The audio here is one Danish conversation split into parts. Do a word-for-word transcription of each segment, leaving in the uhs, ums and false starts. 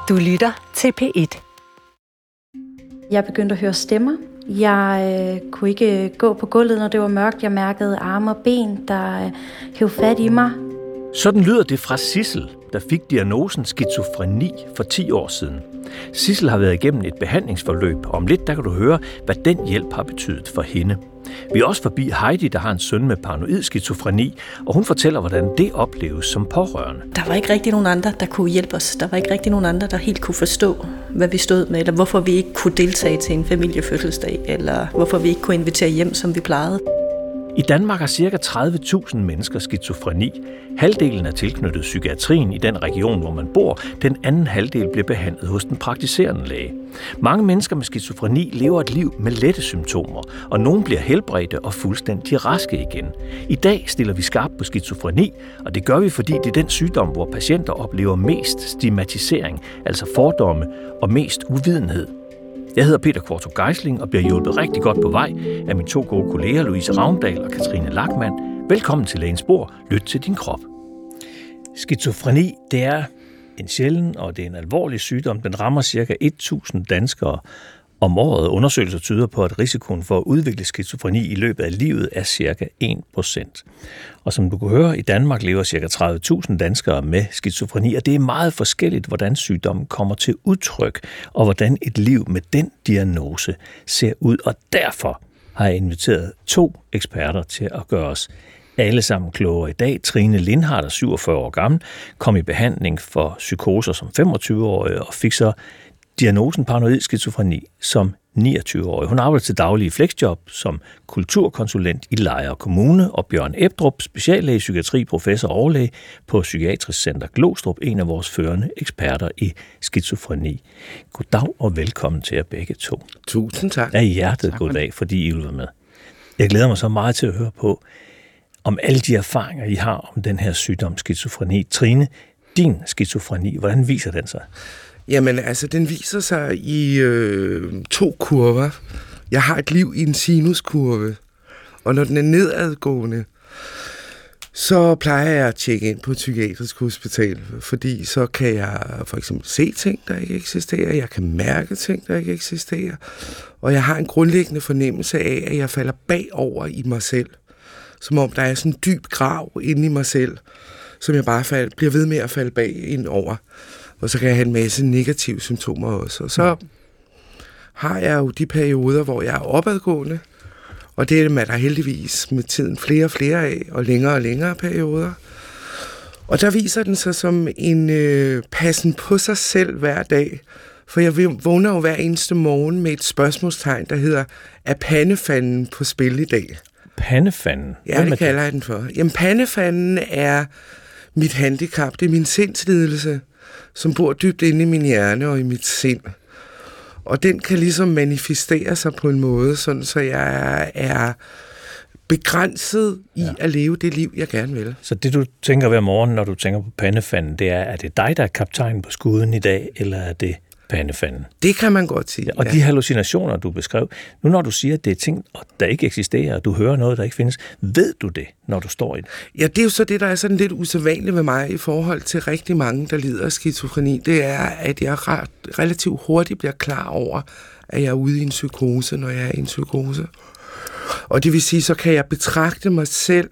Du lytter til P et. Jeg begyndte at høre stemmer. Jeg øh, kunne ikke gå på gulvet, når det var mørkt. Jeg mærkede arme og ben, der øh, hæv fat i mig. Sådan lyder det fra Sissel, der fik diagnosen skizofreni for ti år siden. Sissel har været igennem et behandlingsforløb, og om lidt der kan du høre, hvad den hjælp har betydet for hende. Vi er også forbi Heidi, der har en søn med paranoid skizofreni, og hun fortæller, hvordan det opleves som pårørende. Der var ikke rigtig nogen andre, der kunne hjælpe os. Der var ikke rigtig nogen andre, der helt kunne forstå, hvad vi stod med, eller hvorfor vi ikke kunne deltage til en familiefødselsdag, eller hvorfor vi ikke kunne invitere hjem, som vi plejede. I Danmark har ca. tredive tusind mennesker skizofreni. Halvdelen er tilknyttet psykiatrien i den region, hvor man bor. Den anden halvdel bliver behandlet hos den praktiserende læge. Mange mennesker med skizofreni lever et liv med lette symptomer, og nogle bliver helbredte og fuldstændig raske igen. I dag stiller vi skarpt på skizofreni, og det gør vi, fordi det er den sygdom, hvor patienter oplever mest stigmatisering, altså fordomme og mest uvidenhed. Jeg hedder Peter Kvartrup Geisling og bliver hjulpet rigtig godt på vej af mine to gode kolleger, Louise Ravndal og Katrine Lachmann. Velkommen til Lægens Bord. Lyt til din krop. Skizofreni, det er en sjælden og det er en alvorlig sygdom. Den rammer ca. tusind danskere om året. Undersøgelser tyder på, at risikoen for at udvikle skizofreni i løbet af livet er ca. en procent. Og som du kan høre, i Danmark lever ca. tredive tusind danskere med skizofreni, og det er meget forskelligt, hvordan sygdommen kommer til udtryk, og hvordan et liv med den diagnose ser ud. Og derfor har jeg inviteret to eksperter til at gøre os alle sammen klogere i dag. Trine Lindhardt er syvogfyrre år gammel, kom i behandling for psykoser som femogtyve-årig og fik så diagnosen paranoid skizofreni som niogtyve-årig. Hun arbejder til daglig i flexjob som kulturkonsulent i Lejre Kommune, og Bjørn Ebdrup, speciallæge i psykiatri, professor og overlæge på Psykiatrisk Center Glostrup, en af vores førende eksperter i skizofreni. Goddag og velkommen til jer begge to. Tusind tak. Af hjertet goddag, fordi I vil være med. Jeg glæder mig så meget til at høre på om alle de erfaringer, I har om den her sygdom, skizofreni. Trine, din skizofreni, hvordan viser den sig? Jamen, altså, den viser sig i øh, to kurver. Jeg har et liv i en sinuskurve, og når den er nedadgående, så plejer jeg at tjekke ind på et psykiatrisk hospital, fordi så kan jeg for eksempel se ting, der ikke eksisterer, jeg kan mærke ting, der ikke eksisterer, og jeg har en grundlæggende fornemmelse af, at jeg falder bagover i mig selv, som om der er sådan en dyb grav inde i mig selv, som jeg bare fald, bliver ved med at falde bag ind over. Og så kan jeg have en masse negative symptomer også. Og så har jeg jo de perioder, hvor jeg er opadgående, og det er der heldigvis med tiden flere og flere af, og længere og længere perioder. Og der viser den sig som en øh, passen på sig selv hver dag, for jeg vågner jo hver eneste morgen med et spørgsmålstegn, der hedder, er pandefanden på spil i dag? Pandefanden? Ja, det kalder jeg den for. Jamen, pandefanden er mit handicap, det er min sindslidelse, som bor dybt inde i min hjerne og i mit sind. Og den kan ligesom manifestere sig på en måde, sådan så jeg er begrænset i ja. at leve det liv, jeg gerne vil. Så det, du tænker hver morgen, når du tænker på pandefanden, det er, er det dig, der er kaptajn på skuden i dag, eller er det pandefanden? Det kan man godt sige. Ja, og ja. de hallucinationer, du beskrev, nu når du siger, at det er ting, der ikke eksisterer, og du hører noget, der ikke findes, ved du det, når du står i det? Ja, det er jo så det, der er sådan lidt usædvanligt ved mig i forhold til rigtig mange, der lider af skizofreni. Det er, at jeg ret, relativt hurtigt bliver klar over, at jeg er ude i en psykose, når jeg er i en psykose. Og det vil sige, så kan jeg betragte mig selv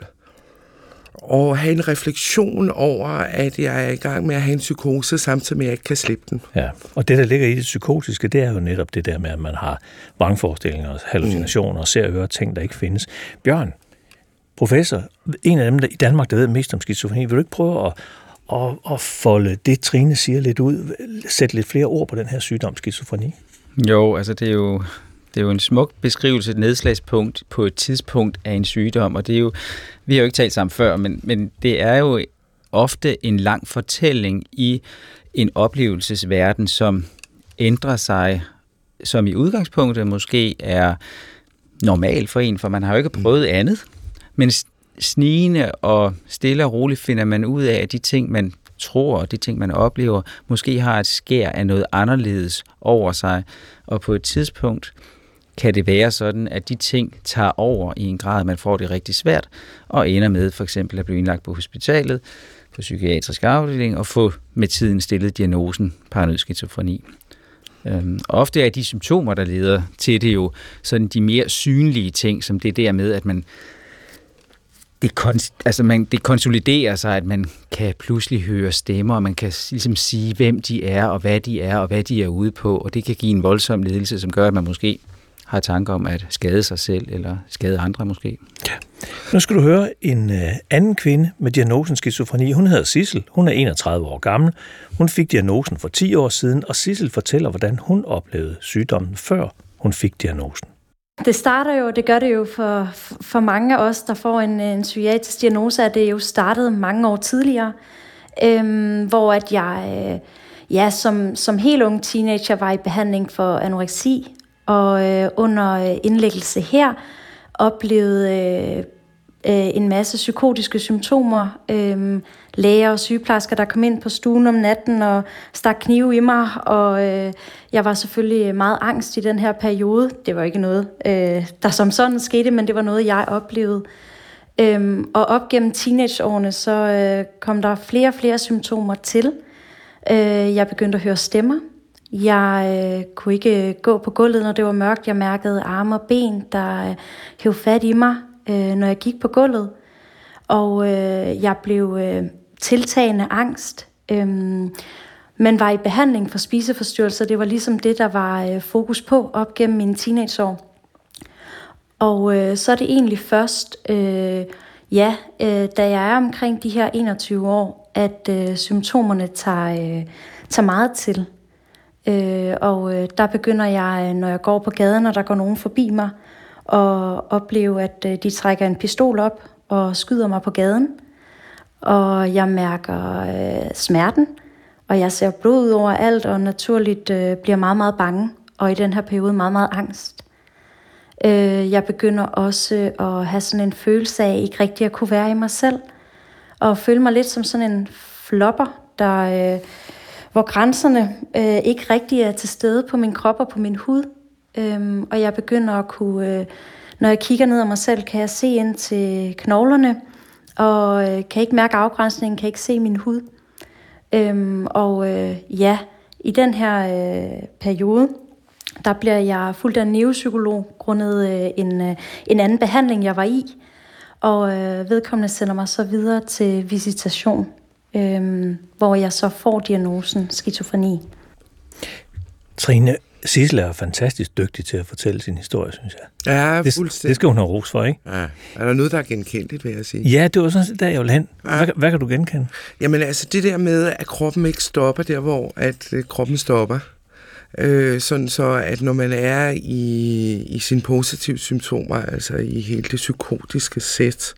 og have en refleksion over, at jeg er i gang med at have en psykose, samtidig med, at jeg ikke kan slippe den. Ja, og det, der ligger i det psykotiske, det er jo netop det der med, at man har vrangforestillinger og hallucinationer og ser og hører ting, der ikke findes. Bjørn, professor, en af dem der i Danmark, der ved mest om skizofreni, vil du ikke prøve at, at, at folde det, Trine siger lidt ud, sætte lidt flere ord på den her sygdom, skizofreni? Jo, altså det er jo... Det er jo en smuk beskrivelse, et nedslagspunkt på et tidspunkt af en sygdom, og det er jo, vi har jo ikke talt sammen før, men, men det er jo ofte en lang fortælling i en oplevelsesverden, som ændrer sig, som i udgangspunktet måske er normal for en, for man har jo ikke prøvet andet, men snigende og stille og roligt finder man ud af, at de ting, man tror, og de ting, man oplever, måske har et skær af noget anderledes over sig, og på et tidspunkt kan det være sådan, at de ting tager over i en grad, man får det rigtig svært, og ender med for eksempel at blive indlagt på hospitalet, på psykiatrisk afdeling og få med tiden stillet diagnosen paranoid skizofreni. Øhm, og ofte er de symptomer, der leder til det jo sådan de mere synlige ting, som det der med, at man det, kon- altså man, det konsoliderer sig, at man kan pludselig høre stemmer, og man kan ligesom sige, hvem de er, og hvad de er, og hvad de er ude på, og det kan give en voldsom lidelse, som gør, at man måske har tanker om at skade sig selv, eller skade andre måske. Ja. Nu skal du høre en øh, anden kvinde med diagnosen skizofreni. Hun hedder Sissel. Hun er enogtredive år gammel. Hun fik diagnosen for ti år siden, og Sissel fortæller, hvordan hun oplevede sygdommen, før hun fik diagnosen. Det starter jo, det gør det jo for, for mange af os, der får en, en psykiatrisk diagnose, at det jo startede mange år tidligere, øhm, hvor at jeg øh, ja, som, som helt ung teenager var i behandling for anoreksi, og øh, under indlæggelse her oplevede øh, øh, en masse psykotiske symptomer. Øh, læger og sygeplejersker, der kom ind på stuen om natten og stak knive i mig, og øh, jeg var selvfølgelig meget angst i den her periode. Det var ikke noget, øh, der som sådan skete, men det var noget, jeg oplevede. Øh, og op gennem teenageårene, så øh, kom der flere og flere symptomer til. Øh, jeg begyndte at høre stemmer. Jeg øh, kunne ikke gå på gulvet, når det var mørkt. Jeg mærkede arme og ben, der øh, hæv fat i mig, øh, når jeg gik på gulvet. Og øh, jeg blev øh, tiltagende angst, øh, men var i behandling for spiseforstyrrelser. Det var ligesom det, der var øh, fokus på op gennem mine teenageår. Og øh, så er det egentlig først, øh, ja, øh, da jeg er omkring de her enogtyve år, at øh, symptomerne tager, øh, tager meget til. Øh, og øh, der begynder jeg, når jeg går på gaden, og der går nogen forbi mig, og opleve, at øh, de trækker en pistol op og skyder mig på gaden. Og jeg mærker øh, smerten, og jeg ser blod over alt, og naturligt øh, bliver meget, meget bange, og i den her periode meget, meget angst. Øh, jeg begynder også at have sådan en følelse af ikke rigtig at kunne være i mig selv, og føle mig lidt som sådan en flopper, der... Øh, hvor grænserne øh, ikke rigtig er til stede på min krop og på min hud. Øhm, og jeg begynder at kunne, øh, når jeg kigger ned ad mig selv, kan jeg se ind til knoglerne, og øh, kan ikke mærke afgrænsningen, kan ikke se min hud. Øhm, og øh, ja, i den her øh, periode, der bliver jeg fulgt af en neuropsykolog, grundet øh, en, øh, en anden behandling, jeg var i. Og øh, vedkommende sender mig så videre til visitation, Øhm, hvor jeg så får diagnosen skizofreni. Trine, Sissel er fantastisk dygtig til at fortælle sin historie, synes jeg. Ja, det, fuldstændig. Det skal hun have ros for, ikke? Ja. Er der noget, der er genkendeligt, vil jeg sige? Ja, det var sådan, der jeg vil hen. Ja. Hvad, hvad kan du genkende? Jamen altså, det der med, at kroppen ikke stopper der, hvor at øh, kroppen stopper. Øh, sådan så, at når man er i, i sine positive symptomer, altså i hele det psykotiske sæt,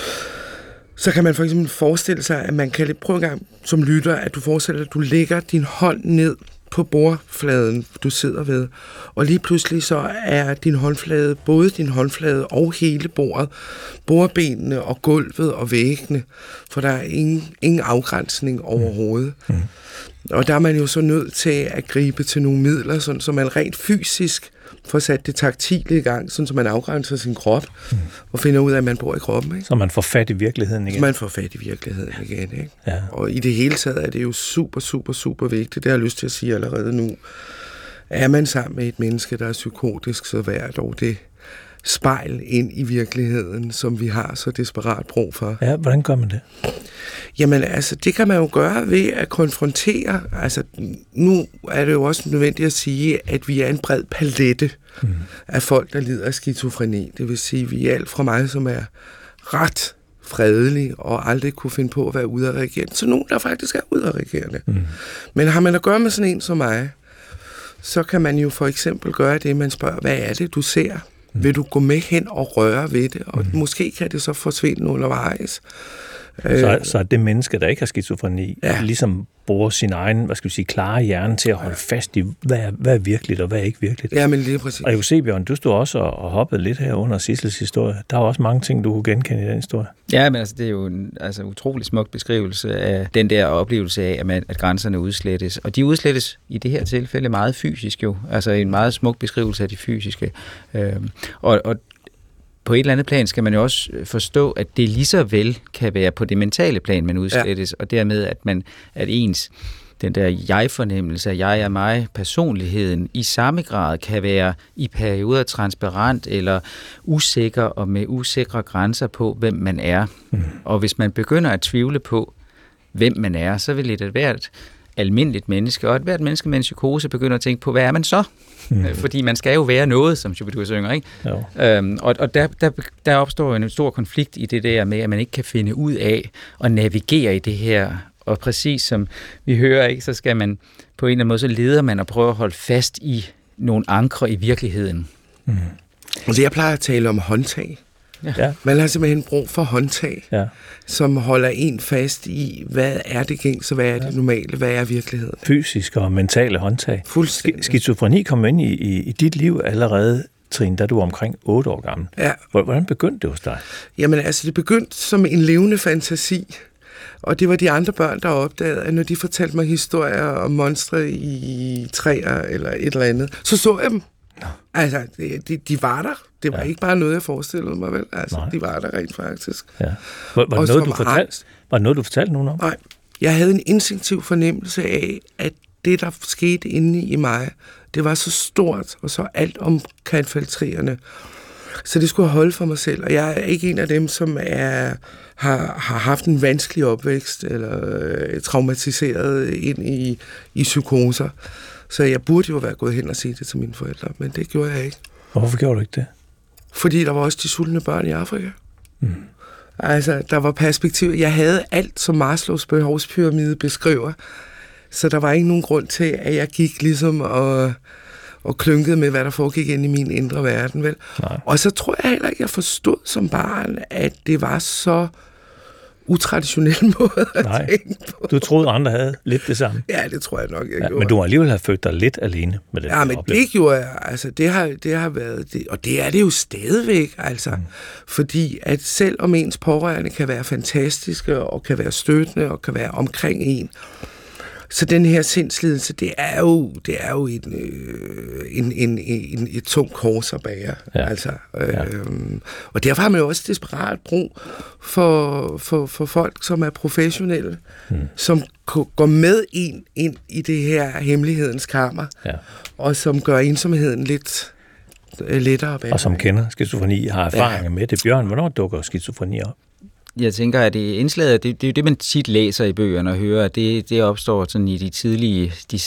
så kan man for eksempel forestille sig, at man kan prøve en gang som lytter, at du forestiller dig, at du lægger din hånd ned på bordfladen, du sidder ved, og lige pludselig så er din håndflade, både din håndflade og hele bordet, bordbenene og gulvet og væggene, for der er ingen, ingen afgrænsning overhovedet. Mm. Og der er man jo så nødt til at gribe til nogle midler, sådan, så man rent fysisk får sat det taktile i gang, sådan så man afgrænser sin krop, mm. og finder ud af, at man bor i kroppen. Ikke? Så man får fat i virkeligheden igen. Så man får fat i virkeligheden igen. Ikke? Ja. Og i det hele taget er det jo super, super, super vigtigt. Det har jeg lyst til at sige allerede nu. Er man sammen med et menneske, der er psykotisk, så vær dog det spejl ind i virkeligheden, som vi har så desperat brug for. Ja, hvordan gør man det? Jamen altså, det kan man jo gøre ved at konfrontere. Altså, nu er det jo også nødvendigt at sige, at vi er en bred palette mm. af folk, der lider af skizofreni. Det vil sige, at vi er alt fra mig, som er ret fredelig og aldrig kunne finde på at være udadreagerende, så nogen, der faktisk er udadreagerende. Mm. Men har man at gøre med sådan en som mig, så kan man jo for eksempel gøre det, man spørger, hvad er det, du ser? Mm. Vil du gå med hen og røre ved det? Og mm. måske kan det så forsvinde undervejs. Så, så det menneske, der ikke har skizofreni, ja. ligesom bruger sin egen, hvad skal vi sige, klare hjerne til at holde fast i, hvad er, hvad er virkeligt og hvad er ikke virkeligt. Ja, men lige præcis. Og jeg kunne se, Bjørn, du stod også og, og hoppede lidt her under Sissels historie. Der er også mange ting, du kunne genkende i den historie. Ja, men altså, det er jo en altså, utrolig smuk beskrivelse af den der oplevelse af, at, man, at grænserne udslettes. Og de udslettes i det her tilfælde meget fysisk jo. Altså en meget smuk beskrivelse af de fysiske. Øhm, og, og på et eller andet plan skal man jo også forstå, at det lige så vel kan være på det mentale plan, man udslettes, ja. Og dermed, at man at ens den der jeg-fornemmelse af jeg er mig, personligheden, i samme grad kan være i perioder transparent eller usikker og med usikre grænser på, hvem man er. Mm. Og hvis man begynder at tvivle på, hvem man er, så vil et hvert almindeligt menneske, og et hvert menneske med en psykose begynder at tænke på, hvad er man så? Mm. Fordi man skal jo være noget, som Shu-bi-dua synger, ikke? Øhm, og og der, der, der opstår en stor konflikt i det der med, at man ikke kan finde ud af at navigere i det her. Og præcis som vi hører, ikke, så skal man på en eller anden måde, så leder man og prøver at holde fast i nogle ankre i virkeligheden. Mm. Altså jeg plejer at tale om håndtag. Ja. Man har simpelthen brug for håndtag, ja. Som holder en fast i, hvad er det gængse, hvad er det normale, hvad er virkeligheden. Fysiske og mentale håndtag. Fuldstændig. Skizofreni kom ind i, i, i dit liv allerede, Trine, da du var omkring otte år gammel. Ja. Hvordan begyndte det hos dig? Jamen altså, det begyndte som en levende fantasi. Og det var de andre børn, der opdagede, at når de fortalte mig historier om monstre i træer eller et eller andet, så så jeg dem. Nå. Altså, de, de, de var der. Det var ja. Ikke bare noget, jeg forestillede mig, vel? Altså, nej. De var der rent faktisk. Ja. Var, var, det noget, du fortalte, var det noget, du fortalte nogen om? Nej. Jeg havde en instinktiv fornemmelse af, at det, der skete inde i mig, det var så stort og så alt omkalfiltrerende. Så det skulle jeg holde for mig selv. Og jeg er ikke en af dem, som er, har, har haft en vanskelig opvækst eller øh, traumatiseret ind i, i psykoser. Så jeg burde jo være gået hen og sige det til mine forældre, men det gjorde jeg ikke. Og hvorfor gjorde du ikke det? Fordi der var også de sultne børn i Afrika. Mm. Altså, der var perspektiv. Jeg havde alt, som Maslows behovspyramide beskriver. Så der var ikke nogen grund til, at jeg gik ligesom og, og klynkede med, hvad der foregik ind i min indre verden. Vel? Og så tror jeg heller ikke, jeg forstod som barn, at det var så utraditionel måde at Nej, tænke på. Du troede, andre havde lidt det samme. Ja, det tror jeg nok, jeg ja, gjorde. Men du har alligevel have følt dig lidt alene med det. Ja, men oplevelse. Det gjorde jeg. Altså, det har, det har været det, og det er det jo stadigvæk, altså. Mm. Fordi at selvom ens pårørende kan være fantastiske, og kan være støttende, og kan være omkring en, så den her sindslidelse, det er jo, det er jo en, øh, en, en, en, et tungt kors at bære. Ja. Altså, øh, ja. Og derfor har man jo også desperat brug for, for, for folk, som er professionelle, hmm. som går med ind, ind i det her hemmelighedens kammer, ja. Og som gør ensomheden lidt øh, lettere at bære. Og som kender skizofreni, har erfaringer ja. Med det. Bjørn, hvornår dukker skizofreni op? Jeg tænker, at det indslaget, det, det er jo det, man tit læser i bøgerne og hører, at det, det opstår sådan i de tidlige de,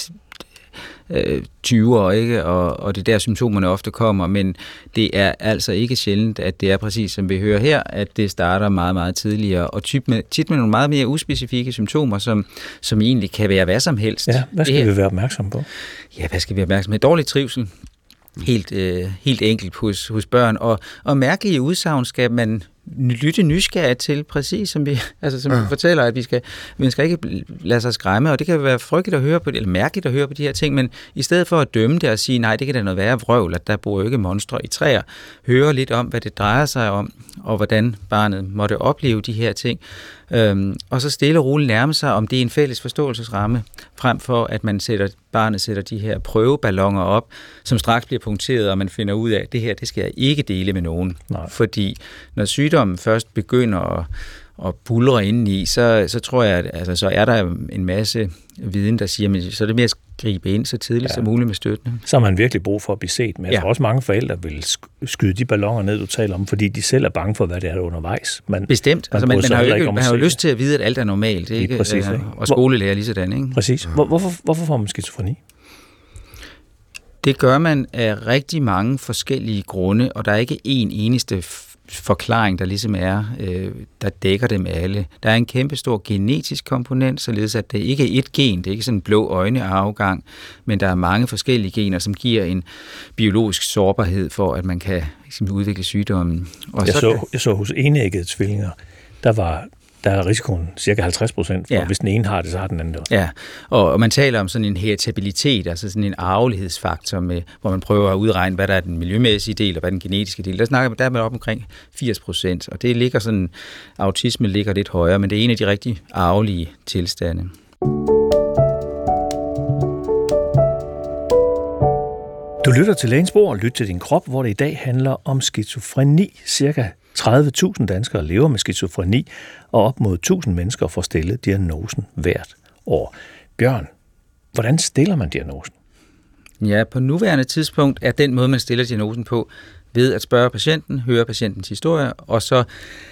øh, tyverne, ikke? Og, og det er der symptomerne ofte kommer, men det er altså ikke sjældent, at det er præcis som vi hører her, at det starter meget, meget tidligere, og tit med, tit med nogle meget mere uspecifikke symptomer, som, som egentlig kan være hvad som helst. Ja, hvad skal det, vi være opmærksom på? Ja, hvad skal vi være opmærksom på? Dårlig trivsel. Helt, øh, helt enkelt hos, hos børn, og, og mærkelige udsagn skal man lytte nysgerrigt til, præcis som vi, altså som ja. Vi fortæller, at vi skal, vi skal ikke lade sig skræmme, og det kan være frygteligt at høre på det, eller mærkeligt at høre på de her ting, men i stedet for at dømme det og sige, nej, det kan da noget være vrøvl, at der bor jo ikke monstre i træer, høre lidt om, hvad det drejer sig om, og hvordan barnet måtte opleve de her ting, øhm, og så stille og roligt nærme sig, om det er en fælles forståelsesramme, frem for at man sætter, barnet sætter de her prøveballoner op, som straks bliver punkteret, og man finder ud af, at det her, det skal jeg ikke dele med nogen, nej. Fordi når sygdommen først begynder at, at buldre indeni, så, så tror jeg, at altså, så er der en masse viden, der siger, men så er det mere at gribe ind så tidligt ja. Som muligt med støtten. Så har man virkelig brug for at blive set, men jeg ja. Tror også mange forældre vil skyde de balloner ned, du taler om, fordi de selv er bange for, hvad det er der undervejs. Man, Bestemt. Man, altså, man, man har jo, ikke, man har jo lyst til at vide, at alt er normalt, ikke? Præcis, ikke? Og skolelærer lige sådan, ikke? Præcis. Hvor, hvorfor, hvorfor får man skizofreni? Det gør man af rigtig mange forskellige grunde, og der er ikke én eneste forklaring, der ligesom er, øh, der dækker dem alle. Der er en kæmpe stor genetisk komponent, således at det ikke er et gen, det er ikke sådan en blå øjne-afgang, men der er mange forskellige gener, som giver en biologisk sårbarhed for, at man kan ligesom, udvikle sygdommen. Og jeg, så, så, jeg så hos enæggede tvillinger, der var der er risikoen cirka halvtreds procent, for ja. Hvis den ene har det, så har den anden det også. Ja, og, og man taler om sådan en heritabilitet, altså sådan en arvelighedsfaktor, med, hvor man prøver at udregne, hvad der er den miljømæssige del, og hvad den genetiske del. Der snakker man, der er man op omkring firs procent, og det ligger sådan, autisme ligger lidt højere, men det er en af de rigtig arvelige tilstande. Du lytter til Lægens Bord og lyt til din krop, hvor det i dag handler om skizofreni. Cirka tredive tusind danskere lever med skizofreni, og op mod tusind mennesker får stillet diagnosen hvert år. Bjørn, hvordan stiller man diagnosen? Ja, på nuværende tidspunkt er den måde, man stiller diagnosen på, ved at spørge patienten, høre patientens historie, og så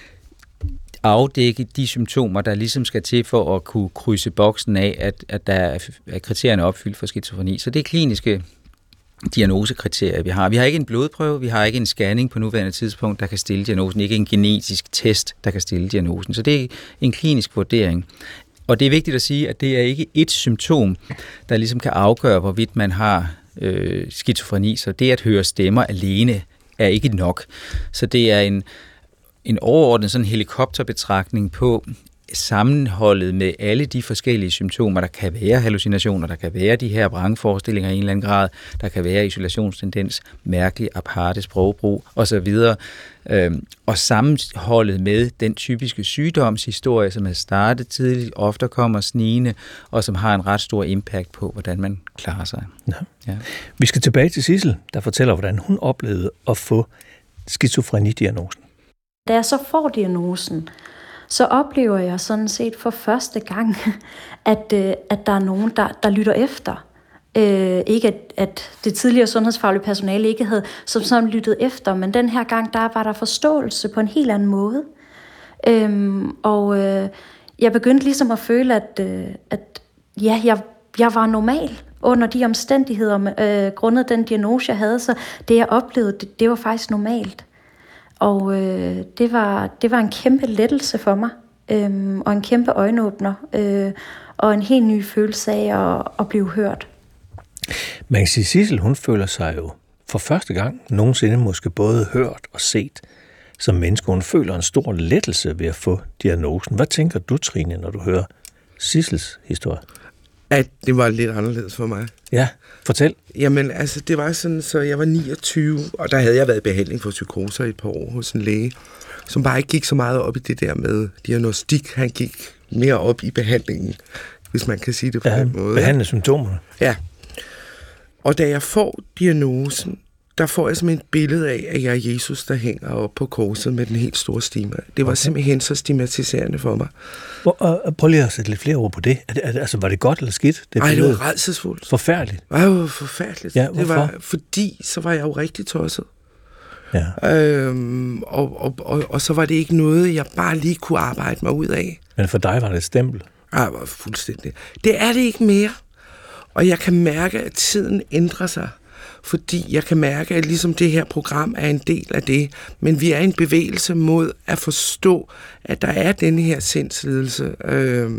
afdække de symptomer, der ligesom skal til for at kunne krydse boksen af, at, at der er, at kriterierne er opfyldt for skizofreni. Så det er kliniske diagnosekriterier, vi har. Vi har ikke en blodprøve, vi har ikke en scanning på nuværende tidspunkt, der kan stille diagnosen, ikke en genetisk test, der kan stille diagnosen. Så det er en klinisk vurdering. Og det er vigtigt at sige, at det er ikke et symptom, der ligesom kan afgøre, hvorvidt man har øh, skizofreni. Så det at høre stemmer alene er ikke nok. Så det er en, en overordnet sådan helikopterbetragtning på sammenholdet med alle de forskellige symptomer. Der kan være hallucinationer, der kan være de her vrangforestillinger i en eller anden grad, der kan være isolationstendens, mærkelig aparte sprogbrug osv. Øhm, og sammenholdet med den typiske sygdomshistorie, som er startet tidligt, ofte kommer snigende, og som har en ret stor impact på, hvordan man klarer sig. Ja. Ja. Vi skal tilbage til Sissel, der fortæller, hvordan hun oplevede at få skizofrenidiagnosen. Da jeg så får diagnosen, så oplever jeg sådan set for første gang, at, at der er nogen, der, der lytter efter. Øh, ikke at, at det tidligere sundhedsfaglige personale ikke havde som sådan lyttet efter, men den her gang, der var der forståelse på en helt anden måde. Øhm, og øh, jeg begyndte ligesom at føle, at, øh, at ja, jeg, jeg var normal under de omstændigheder, øh, grundet den diagnose, jeg havde, så det jeg oplevede, det, det var faktisk normalt. Og øh, det, var, det var en kæmpe lettelse for mig, øh, og en kæmpe øjenåbner, øh, og en helt ny følelse af at, at blive hørt. Man kan sige, Sissel, hun føler sig jo for første gang nogensinde måske både hørt og set som menneske. Hun føler en stor lettelse ved at få diagnosen. Hvad tænker du, Trine, når du hører Sissels historie? At det var lidt anderledes for mig. Ja, fortæl. Jamen, altså, det var sådan, så jeg var niogtyve, og der havde jeg været i behandling for psykoser i et par år hos en læge, som bare ikke gik så meget op i det der med diagnostik. Han gik mere op i behandlingen, hvis man kan sige det på ja, den måde. Behandle symptomerne. Ja. Og da jeg får diagnosen, der får jeg simpelthen et billede af, at jeg er Jesus, der hænger op på korset med den helt store stigma. Det var okay. simpelthen så stigmatiserende for mig. Hvor, prøv lige at sætte lidt flere ord på det. Altså, var det godt eller skidt? Det Ej, det var rædselsfuldt. Forfærdeligt? Det var forfærdeligt. Ja, hvorfor? Det var, fordi så var jeg jo rigtig tosset. Ja. Øhm, og, og, og, og så var det ikke noget, jeg bare lige kunne arbejde mig ud af. Men for dig var det et stempel? Ja, det var fuldstændig. Det er det ikke mere. Og jeg kan mærke, at tiden ændrer sig. Fordi jeg kan mærke, at ligesom det her program er en del af det, men vi er i en bevægelse mod at forstå, at der er denne her sindslidelse, øh,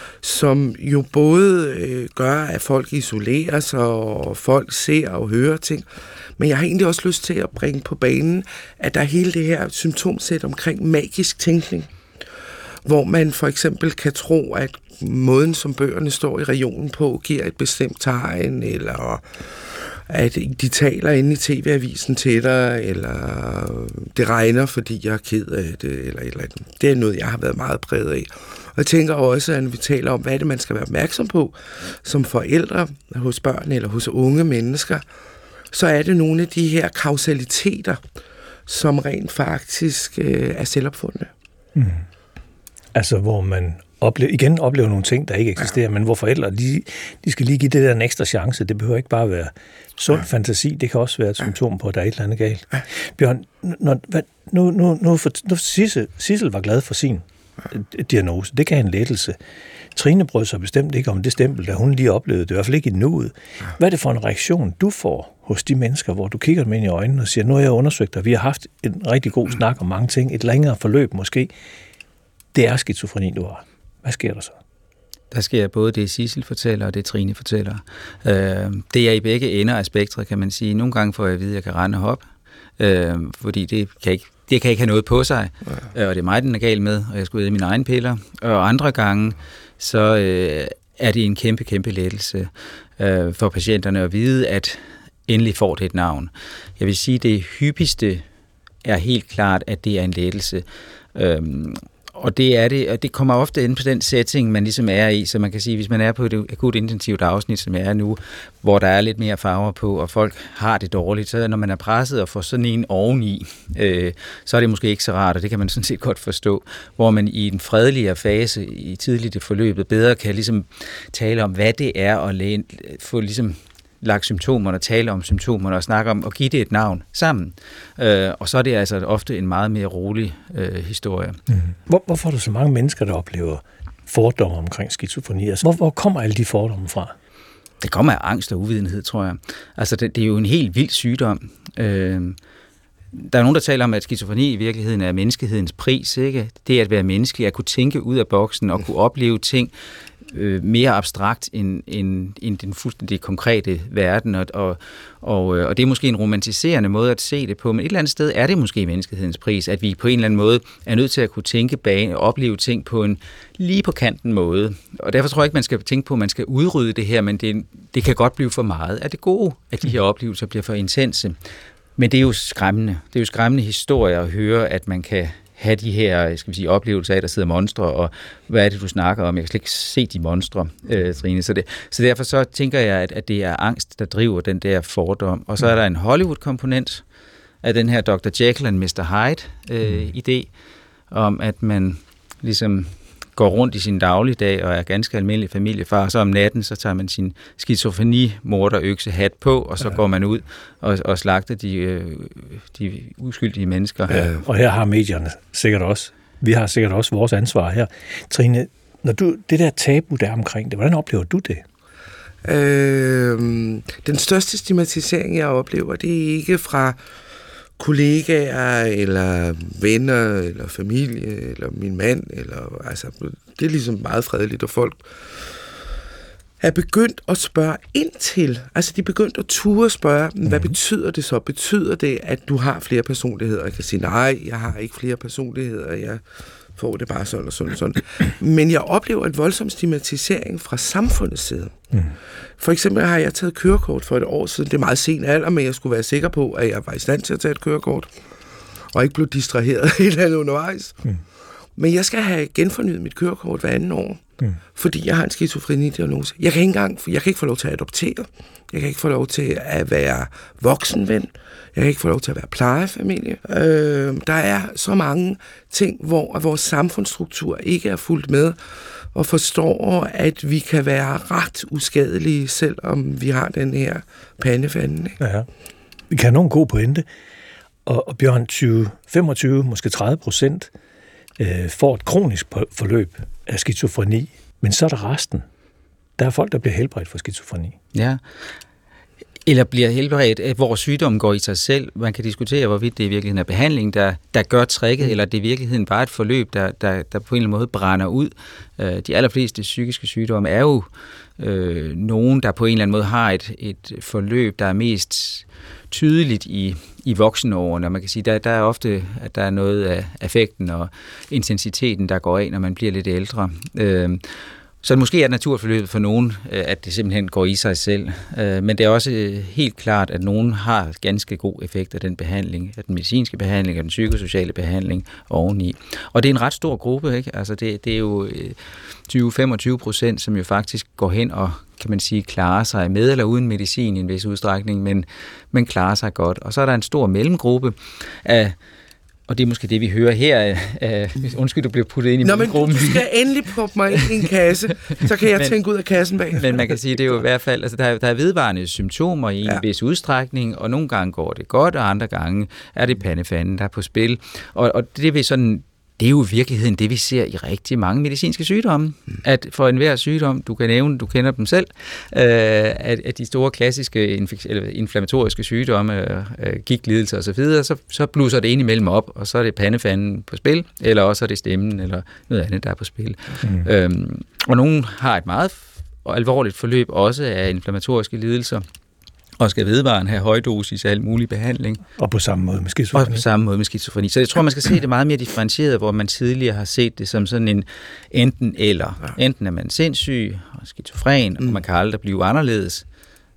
som jo både øh, gør, at folk isolerer sig, og folk ser og hører ting, men jeg har egentlig også lyst til at bringe på banen, at der er hele det her symptomsæt omkring magisk tænkning, hvor man for eksempel kan tro, at måden, som bøgerne står i regionen på, giver et bestemt tegn, eller at de taler inde i T V-avisen til dig, eller det regner, fordi jeg er ked af det, eller et eller andet. Det er noget, jeg har været meget præget af. Og jeg tænker også, at når vi taler om, hvad er det, man skal være opmærksom på, som forældre, hos børn eller hos unge mennesker, så er det nogle af de her kausaliteter, som rent faktisk øh, er selvopfundne. Mm. Altså, hvor man oplever, igen oplever nogle ting, der ikke eksisterer, ja. Men hvor forældre, de, de skal lige give det der en ekstra chance. Det behøver ikke bare være sund ja. fantasi, det kan også være et symptom på, at der er et eller andet galt. Ja. Bjørn, når, hvad, nu, nu, nu, for, nu Sissel, Sissel var glad for sin ja. diagnose. Det gav en lettelse. Trine brød sig bestemt ikke om det stempel, da hun lige oplevede det, i hvert fald ikke i nuet. Ja. Hvad er det for en reaktion, du får hos de mennesker, hvor du kigger dem ind i øjnene og siger, nu har jeg undersøgt dig, vi har haft en rigtig god snak om mange ting, et længere forløb måske. Det er skizofreni, du har. Hvad sker der så? Der sker både det, Sissel fortæller, og det, Trine fortæller. Øh, det er i begge ender af spektret, kan man sige. Nogle gange får jeg at vide, at jeg kan rende og hoppe, øh, fordi det kan, ikke, det kan ikke have noget på sig, ja. Og det er mig, den er gal med, og jeg skal ud af mine egne piller. Og andre gange, så øh, er det en kæmpe, kæmpe lettelse øh, for patienterne at vide, at endelig får det et navn. Jeg vil sige, at det hyppigste er helt klart, at det er en lettelse. Øh, og det er det, og det kommer ofte ind på den setting, man ligesom er i, så man kan sige, hvis man er på et akut intensivt afsnit, som jeg er nu, hvor der er lidt mere farver på, og folk har det dårligt, så når man er presset og får sådan en oveni, øh, så er det måske ikke så rart, og det kan man sådan set godt forstå, hvor man i den fredeligere fase, i tidligt i forløbet, bedre kan ligesom tale om, hvad det er, og læne, få ligesom lagt symptomerne og tale om symptomerne og snakke om og give det et navn sammen. Øh, og så er det altså ofte en meget mere rolig øh, historie. Mm. Hvor, hvorfor er der så mange mennesker, der oplever fordomme omkring skizofreni? Altså, hvor, hvor kommer alle de fordomme fra? Det kommer af angst og uvidenhed, tror jeg. Altså, det, det er jo en helt vild sygdom. Øh, der er nogen, der taler om, at skizofreni i virkeligheden er menneskehedens pris, ikke? Det at være menneskelig, at kunne tænke ud af boksen og kunne opleve ting øh, mere abstrakt end, end, end den fuldstændig konkrete verden, og, og, og, og det er måske en romantiserende måde at se det på, men et eller andet sted er det måske menneskehedens pris, at vi på en eller anden måde er nødt til at kunne tænke bag og opleve ting på en lige på kanten måde. Og derfor tror jeg ikke, man skal tænke på, at man skal udrydde det her, men det, det kan godt blive for meget af det gode, at de her oplevelser bliver for intense. Men det er jo skræmmende. Det er jo skræmmende historier at høre, at man kan have de her, skal vi sige, oplevelser af, der sidder monstre, og hvad er det, du snakker om? Jeg kan slet ikke se de monstre, øh, Trine. Så, det, så derfor så tænker jeg, at, at det er angst, der driver den der fordom. Og så er der en Hollywood-komponent af den her doktor Jekyll and mister Hyde-idé, øh, om at man ligesom går rundt i sin dagligdag og er ganske almindelig familiefar, og så om natten, så tager man sin skizofreni-morderøkse hat på, og så ja. går man ud og, og slagter de, øh, de uskyldige mennesker. Ja, og her har medierne sikkert også, vi har sikkert også vores ansvar her. Trine, når du, det der tabu, der er omkring det, hvordan oplever du det? Øh, den største stigmatisering, jeg oplever, det er ikke fra kollegaer, eller venner, eller familie, eller min mand, eller, altså, det er ligesom meget fredeligt, og folk er begyndt at spørge ind til, altså de er begyndt at ture spørge, mm-hmm. hvad betyder det så? Betyder det, at du har flere personligheder? Jeg kan sige, nej, jeg har ikke flere personligheder, jeg får det bare sådan og sådan og sådan. Men jeg oplever en voldsom stigmatisering fra samfundets side. Mm. For eksempel har jeg taget kørekort for et år siden. Det er meget sent alder, men jeg skulle være sikker på, at jeg var i stand til at tage et kørekort, og ikke blev distraheret helt andet undervejs. Mm. Men jeg skal have genfornyet mit kørekort hver anden år, mm. fordi jeg har en skizofreni-diagnose. Jeg kan ikke engang, jeg kan ikke få lov til at adoptere. Jeg kan ikke få lov til at være voksenven. Jeg kan ikke få lov til at være plejefamilie. Øh, der er så mange ting, hvor vores samfundsstruktur ikke er fuldt med, og forstår, at vi kan være ret uskadelige, selvom vi har den her pandefanden. Ja, vi kan have nogle gode pointe. Og, og Bjørn, tyve, femogtyve, måske tredive procent øh, får et kronisk forløb af skizofreni, men så er der resten. Der er folk, der bliver helbredt for skizofreni. Ja, eller bliver helbredt, hvor sygdommen går i sig selv. Man kan diskutere, hvorvidt det i virkeligheden er behandling, der, der gør tricket, mm. eller det i virkeligheden bare et forløb, der, der, der på en eller anden måde brænder ud. De allerfleste psykiske sygdomme er jo øh, nogen, der på en eller anden måde har et, et forløb, der er mest tydeligt i, i voksenårene, og man kan sige, der, der er ofte, at der er noget af affekten og intensiteten, der går af, når man bliver lidt ældre. Øh, Så måske er naturforløbet for nogen, at det simpelthen går i sig selv. Men det er også helt klart, at nogen har ganske god effekt af den behandling, af den medicinske behandling, af den psykosociale behandling oveni. Og det er en ret stor gruppe, ikke? Altså det, det er jo tyve til femogtyve procent, som jo faktisk går hen og, kan man sige, klarer sig med eller uden medicin i en vis udstrækning, men, men klarer sig godt. Og så er der en stor mellemgruppe af, og det er måske det, vi hører her. Uh, undskyld, du bliver puttet ind i Nå, min gruppe. Nå, men du skal endelig proppe mig ind i en kasse, så kan jeg men, tænke ud af kassen bag. Men man kan sige, det er jo i hvert fald, altså der er, der er vedvarende symptomer i en ja. vis udstrækning, og nogle gange går det godt, og andre gange er det pandefanden, der er på spil. Og, og det vil sådan... Det er jo i virkeligheden det, vi ser i rigtig mange medicinske sygdomme. Mm. At for enhver sygdom, du kan nævne, du kender dem selv, øh, at, at de store klassiske infek- eller inflammatoriske sygdomme, øh, gigtlidelser osv., så, så, så blusser det ind imellem op, og så er det pandefanden på spil, eller også er det stemmen, eller noget andet, der er på spil. Mm. Øhm, og nogen har et meget alvorligt forløb også af inflammatoriske lidelser, og skal vedvarende have højdosis af al mulig behandling. Og på samme måde med skizofreni. Og på samme måde med skizofreni. Så jeg tror, man skal se det meget mere differentieret, hvor man tidligere har set det som sådan en enten eller. Ja. Enten er man sindssyg og skizofren, mm. og man kan aldrig blive anderledes,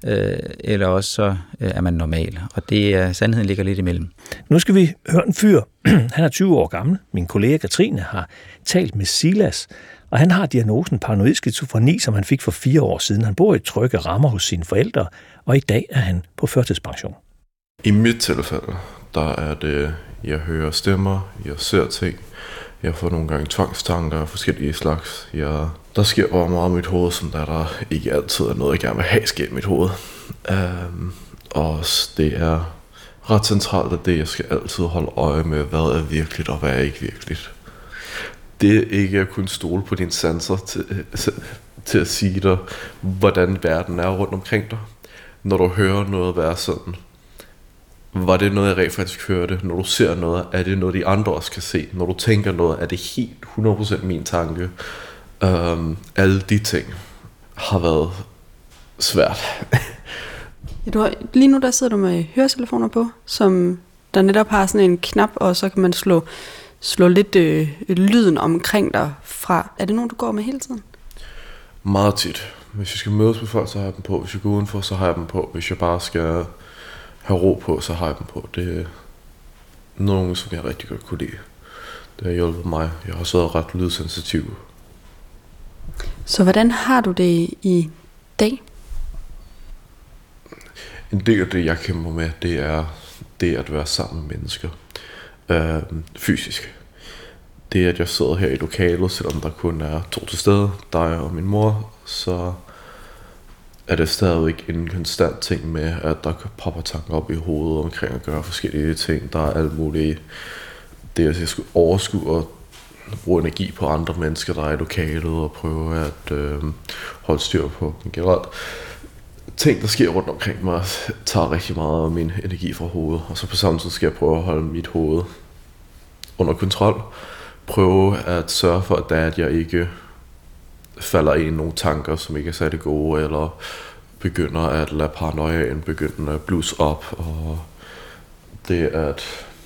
øh, eller også så øh, er man normal. Og det er, sandheden ligger lidt imellem. Nu skal vi høre en fyr. Han er tyve år gammel. Min kollega Katrine har talt med Silas, og han har diagnosen paranoid skizofreni, som han fik for fire år siden. Han bor i trygge rammer hos sine forældre, og i dag er han på førtidspension. I mit tilfælde, der er det, jeg hører stemmer, jeg ser ting, jeg får nogle gange tvangstanker af forskellige slags. Jeg, der sker bare meget i mit hoved, som der, der ikke altid er noget, jeg gerne vil have sker i mit hoved. Um, og det er ret centralt, at det, jeg skal altid holde øje med, hvad er virkeligt og hvad er ikke virkeligt. Det er ikke at kunne stole på dine sanser til, til at sige dig, hvordan verden er rundt omkring dig. Når du hører noget være sådan, var det noget, jeg rent faktisk hørte? Når du ser noget, er det noget, de andre også kan se? Når du tænker noget, er det helt hundrede procent min tanke? Um, alle de ting har været svært. Ja, du har, lige nu der sidder du med høretelefoner på, som der netop har sådan en knap, og så kan man slå, slå lidt øh, lyden omkring dig fra. Er det nogen, du går med hele tiden? Meget tit. Hvis jeg skal mødes med folk, så har jeg dem på. Hvis jeg går udenfor, så har jeg dem på. Hvis jeg bare skal have ro på, så har jeg dem på. Det er nogen, som jeg rigtig godt kunne lide. Det har hjulpet mig. Jeg har så ret lydsensitiv. Så hvordan har du det i dag? En del af det, jeg kæmper med, det er det at være sammen med mennesker. Øh, fysisk. Det at jeg sidder her i lokalet, selvom der kun er to til stede, dig og min mor, så er det stadigvæk en konstant ting med, at der popper tanker op i hovedet omkring at gøre forskellige ting. Der er alt muligt. Det at jeg skal overskue og bruge energi på andre mennesker, der er i lokalet, og prøve at øh, holde styr på generelt. Ting, der sker rundt omkring mig, tager rigtig meget af min energi fra hovedet. Og så på samme tid skal jeg prøve at holde mit hoved under kontrol. Prøve at sørge for, at, det er, at jeg ikke falder ind i nogle tanker, som ikke er særlig gode, eller begynder at lade paranoiaen begynde at blusse op. Og det at...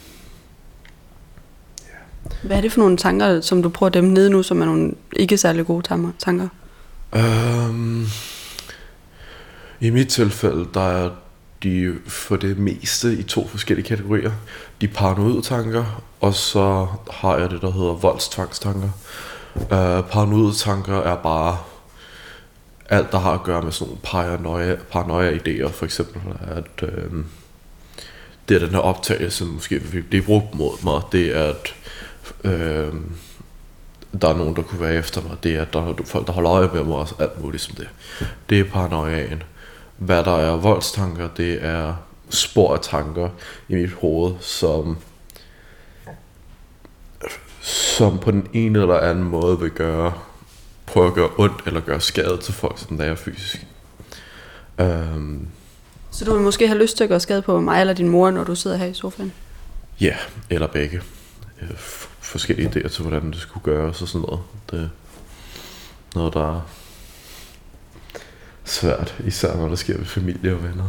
Hvad er det for nogle tanker, som du prøver at dæmpe ned nu, som er nogle ikke særlig gode tanker? Um, I mit tilfælde, der er de for det meste i to forskellige kategorier. De paranoide tanker, og så har jeg det, der hedder voldstvangstanker. Uh, paranoide tanker er bare alt, der har at gøre med sådan nogle paranoia, paranoia-idéer. For eksempel, at uh, det er den her optagelse, måske vil blive brugt mod mig. Det er, at uh, der er nogen, der kunne være efter mig. Det er, at der er folk, der holder øje med mig, og alt muligt som det. Det er paranoiaen. Hvad der er voldstanker, det er spor af tanker i mit hoved, som som på den ene eller anden måde vil gøre, prøve at gøre ondt eller gøre skade til folk, som der er fysisk. Um, Så du vil måske have lyst til at gøre skade på mig eller din mor, når du sidder her i sofaen? Ja, eller begge. F- forskellige idéer til, hvordan det skulle gøres og sådan noget. Det er noget, der er svært, især når det sker ved familie og venner.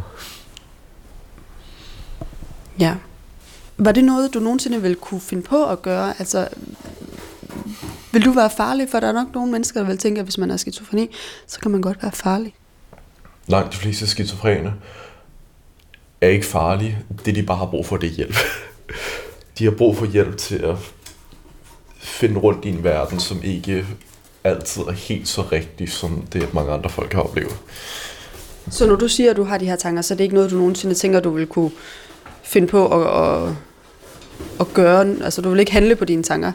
Ja. Var det noget, du nogensinde ville kunne finde på at gøre? Altså, vil du være farlig? For der er nok nogle mennesker, der vil tænke, at hvis man er skizofreni, så kan man godt være farlig. Langt de fleste skizofrene er ikke farlige. Det de bare har brug for, det er hjælp. De har brug for hjælp til at finde rundt i en verden, som ikke altid er helt så rigtig, som det mange andre folk har oplevet. Så når du siger, at du har de her tanker, så er det ikke noget, du nogensinde tænker, du vil kunne finde på at, at, at gøre? Altså, du vil ikke handle på dine tanker?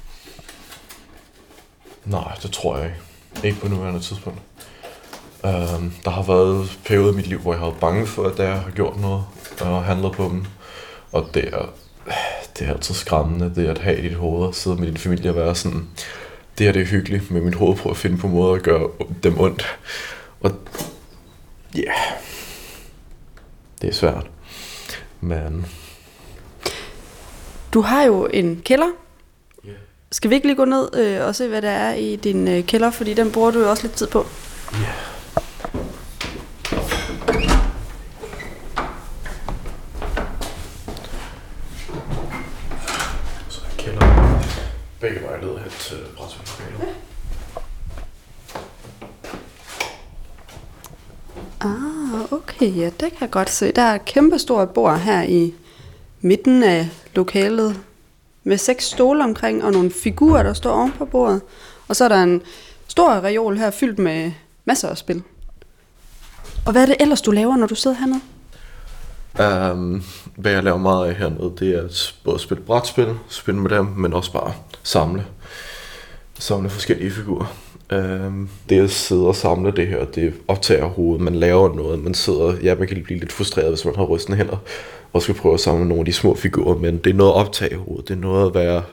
Nej, det tror jeg ikke. Ikke på nuværende tidspunkt. Um, der har været perioder i mit liv, hvor jeg har været bange for, at jeg har gjort noget og handlet på dem. Og det er, det er altid skræmmende, det at have i dit hoved og sidde med din familie og være sådan, det her det er hyggeligt, med mit hoved på at finde på måder at gøre dem ondt. Og ja, yeah. Det er svært. Men du har jo en kælder. Yeah. Skal vi ikke lige gå ned øh, og se, hvad der er i din øh, kælder? Fordi den bruger du jo også lidt tid på. Ja. Yeah. Så er kælder. Begge veje leder hen til brætspilslokalet. Ah, okay. Okay, ja, det kan jeg godt se. Der er et kæmpe stort bord her i midten af lokalet med seks stole omkring og nogle figurer, der står oven på bordet. Og så er der en stor reol her fyldt med masser af spil. Og hvad er det ellers, du laver, når du sidder hernede? Um, hvad jeg laver meget af hernede, det er at både spille brætspil, spille med dem, men også bare samle. Samle forskellige figurer. Um, det at sidde og samle det her, det optager hovedet. Man laver noget, man sidder, ja, man kan blive lidt frustreret, hvis man har rystende hænder, og skal prøve at samle nogle af de små figurer, men det er noget at optage hovedet. Det er noget at være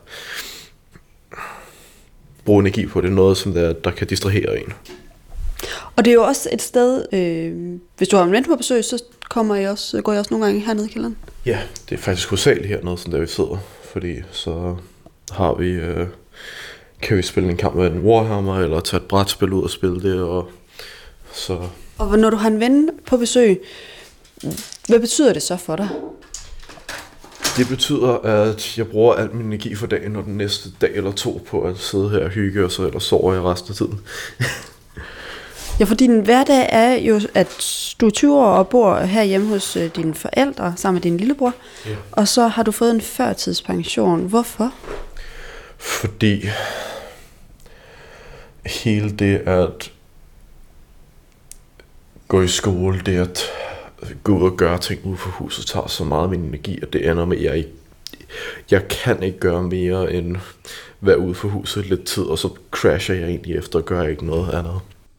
bruge energi på. Det er noget, som der, der kan distrahere en. Og det er jo også et sted, øh, hvis du har en ven på besøg, så kommer I også, går I også nogle gange hernede i kælderen? Ja, det er faktisk hovedsageligt hernede, som der vi sidder. Fordi så har vi, øh, kan vi spille en kamp med en Warhammer, eller tage et brætspil ud og spille det. Og, så. Og når du har en ven på besøg, hvad betyder det så for dig? Det betyder, at jeg bruger al min energi for dagen, og den næste dag eller to på at sidde her og hygge, og så ellers sover jeg resten af tiden. Ja, for din hverdag er jo, at du er tyve år og bor herhjemme hos dine forældre sammen med din lillebror, ja. Og så har du fået en førtidspension. Hvorfor? Fordi hele det at gå i skole, det at gå ud og gøre ting ude for huset, tager så meget af min energi, at det ender med, at jeg ikke, jeg kan ikke gøre mere end være ude for huset lidt tid, og så crasher jeg egentlig efter og gør ikke noget andet.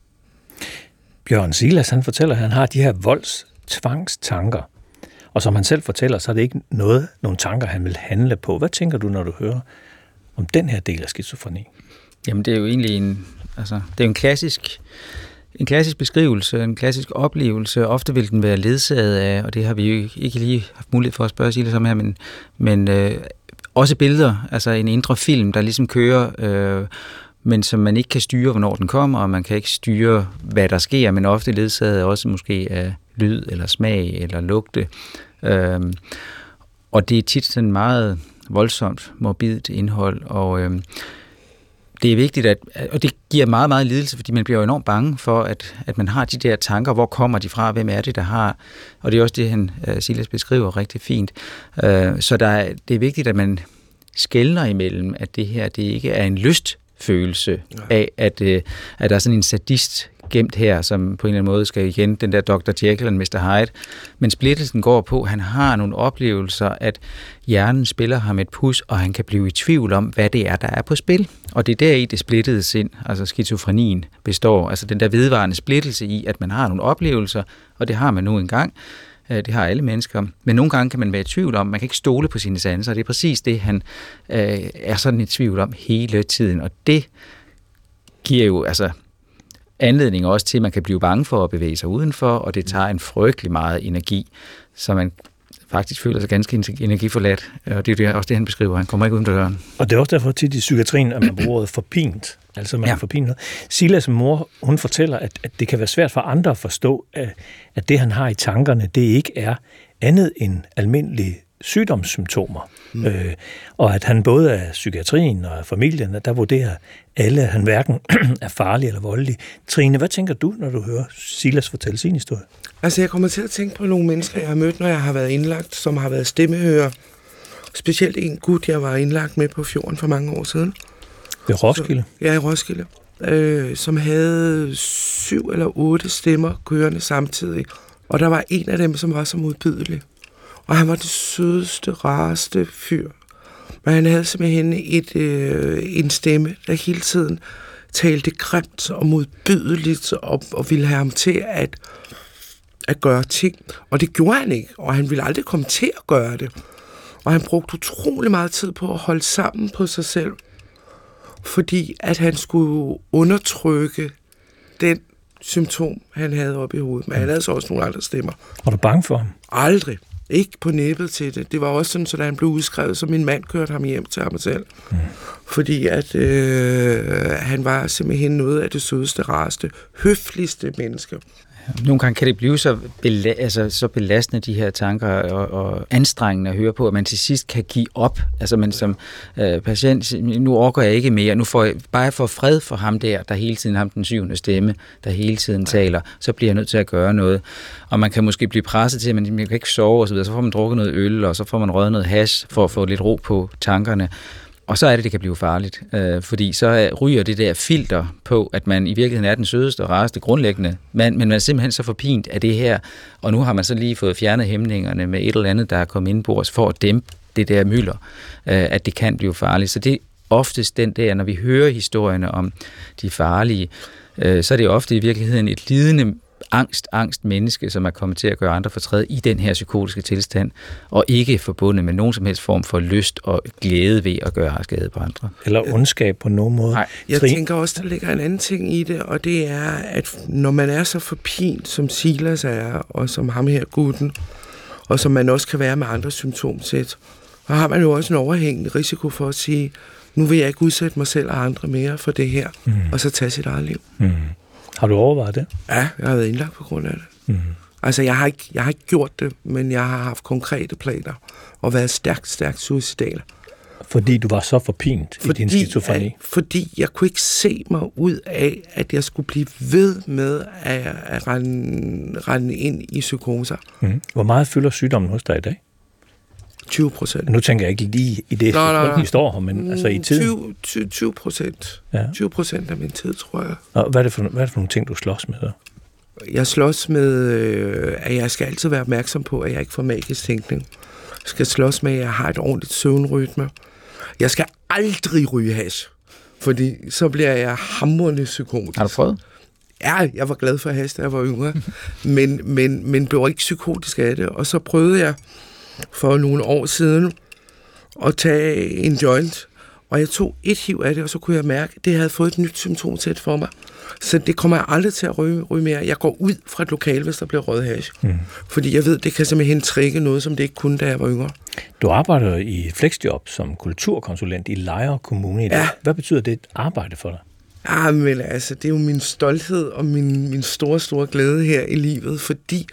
Bjørn Silas, han fortæller, at han har de her voldstvangstanker. Og som han selv fortæller, så er det ikke noget, nogle tanker, han vil handle på. Hvad tænker du, når du hører om den her del af skizofreni? Jamen, det er jo egentlig en, altså, det er en klassisk, en klassisk beskrivelse, en klassisk oplevelse. Ofte vil den være ledsaget af, og det har vi jo ikke lige haft mulighed for at spørge Silas om her, men, men øh, også billeder, altså en indre film, der ligesom kører, øh, men som man ikke kan styre, hvornår den kommer, og man kan ikke styre, hvad der sker, men ofte ledsaget også måske af lyd, eller smag, eller lugte. Øhm, og det er tit sådan meget voldsomt, morbidt indhold, og øhm, det er vigtigt, at, og det giver meget, meget lidelse, fordi man bliver jo enormt bange for, at, at man har de der tanker, hvor kommer de fra, hvem er det, der har, og det er også det, han, uh, Silas beskriver rigtig fint. Uh, så der er, det er vigtigt, at man skelner imellem, at det her, det ikke er en lyst, følelse af, at, øh, at der er sådan en sadist gemt her, som på en eller anden måde skal igen, den der doktor Jekyll og mister Hyde. Men splittelsen går på, at han har nogle oplevelser, at hjernen spiller ham et pus, og han kan blive i tvivl om, hvad det er, der er på spil. Og det er deri, det splittede sind, altså skizofrenien, består. Altså den der vedvarende splittelse i, at man har nogle oplevelser, og det har man nu engang. Det har alle mennesker. Men nogle gange kan man være i tvivl om, man kan ikke stole på sine sanser. Det er præcis det, han øh, er sådan i tvivl om hele tiden. Og det giver jo altså anledning også til, at man kan blive bange for at bevæge sig udenfor, og det tager en frygtelig meget energi, så man faktisk føler sig ganske energiforladt. Og det er jo også det, han beskriver. Han kommer ikke uden døren. Og det er også derfor tit i psykiatrien, at man bruger ordet forpint. Altså man ja. er forpinet. Silas' mor, hun fortæller, at, at det kan være svært for andre at forstå, at, at det, han har i tankerne, det ikke er andet end almindelige sygdomssymptomer. Mm. Øh, og at han både af psykiatrien og af familien, der vurderer alle, at han hverken er farlig eller voldelig. Trine, hvad tænker du, når du hører Silas fortælle sin historie? Altså, jeg kommer til at tænke på nogle mennesker, jeg har mødt, når jeg har været indlagt, som har været stemmehører. Specielt en gut, jeg var indlagt med på fjorden for mange år siden. I Roskilde? Så, ja, i Roskilde. Øh, som havde syv eller otte stemmer kørende samtidig. Og der var en af dem, som var så modbydelig. Og han var det sødeste, rareste fyr. Men han havde simpelthen et, øh, en stemme, der hele tiden talte grimt og modbydeligt og, og ville have ham til at, at gøre ting. Og det gjorde han ikke, og han ville aldrig komme til at gøre det. Og han brugte utrolig meget tid på at holde sammen på sig selv, fordi at han skulle undertrykke den symptom, han havde oppe i hovedet. Men han havde så også nogle andre stemmer. Var du bange for ham? Aldrig. Ikke på næbbet til det. Det var også sådan, så da han blev udskrevet, så min mand kørte ham hjem til ham selv. Mm. Fordi at øh, han var simpelthen noget af det sødeste, rareste, høfligste menneske. Nogle gange kan det blive så, bela- altså, så belastende, de her tanker, og, og anstrengende at høre på, at man til sidst kan give op. Altså man som øh, patient, nu orker jeg ikke mere, nu får jeg bare for fred for ham der, der hele tiden ham den syvende stemme, der hele tiden taler, så bliver jeg nødt til at gøre noget. Og man kan måske blive presset til, at man, man kan ikke sove og så videre, så får man drukket noget øl, og så får man røget noget hash for at få lidt ro på tankerne. Og så er det, det kan blive farligt, øh, fordi så ryger det der filter på, at man i virkeligheden er den sødeste og rareste grundlæggende, men, men man er simpelthen så forpint af det her, og nu har man så lige fået fjernet hæmningerne med et eller andet, der er kommet indbords for at dæmpe det der mylder, øh, at det kan blive farligt. Så det er oftest den der, når vi hører historierne om de farlige, øh, så er det ofte i virkeligheden et lidende angst, angst menneske, som er kommet til at gøre andre fortræd i den her psykotiske tilstand, og ikke forbundet med nogen som helst form for lyst og glæde ved at gøre skade på andre. Eller ondskab på nogen måde. Nej. Jeg Trine? tænker også, der ligger en anden ting i det, og det er, at når man er så forpint, som Silas er, og som ham her gutten, og som man også kan være med andre symptomsæt, så har man jo også en overhængende risiko for at sige, nu vil jeg ikke udsætte mig selv og andre mere for det her, mm. og så tage sit eget liv. Mm. Har du overvejet det? Ja, jeg har været indlagt på grund af det. Mm. Altså, jeg har, ikke, jeg har ikke gjort det, men jeg har haft konkrete planer og været stærkt, stærkt suicidal. Fordi du var så forpint fordi, i din skizofreni? At, fordi jeg kunne ikke se mig ud af, at jeg skulle blive ved med at, at rende, rende ind i psykoser. Mm. Hvor meget fylder sygdommen hos dig i dag? tyve procent. Nu tænker jeg ikke lige i det, vi står her, men altså i tiden. tyve procent. Ja. tyve procent af min tid, tror jeg. Og hvad er det for, hvad er det for nogle ting, du slås med? Jeg slås med, øh, at jeg skal altid være opmærksom på, at jeg ikke får magisk tænkning. Jeg skal slås med, at jeg har et ordentligt søvnrytme. Jeg skal aldrig ryge hash, fordi så bliver jeg hamrende psykotisk. Har du prøvet? Ja, jeg var glad for hash, da jeg var yngre, men, men, men blev ikke psykotisk af det. Og så prøvede jeg for nogle år siden at tage en joint, og jeg tog et hiv af det, og så kunne jeg mærke, at det havde fået et nyt symptomsæt for mig. Så det kommer jeg aldrig til at ryge, ryge mere. Jeg går ud fra et lokale, hvis der bliver røget hash. Mm. Fordi jeg ved, det kan simpelthen trigge noget, som det ikke kunne, da jeg var yngre. Du arbejder i et flexjob som kulturkonsulent i Lejre Kommune i dag. Ja. Hvad betyder det arbejde for dig? Ja, men altså, det er jo min stolthed og min, min store, store glæde her i livet, fordi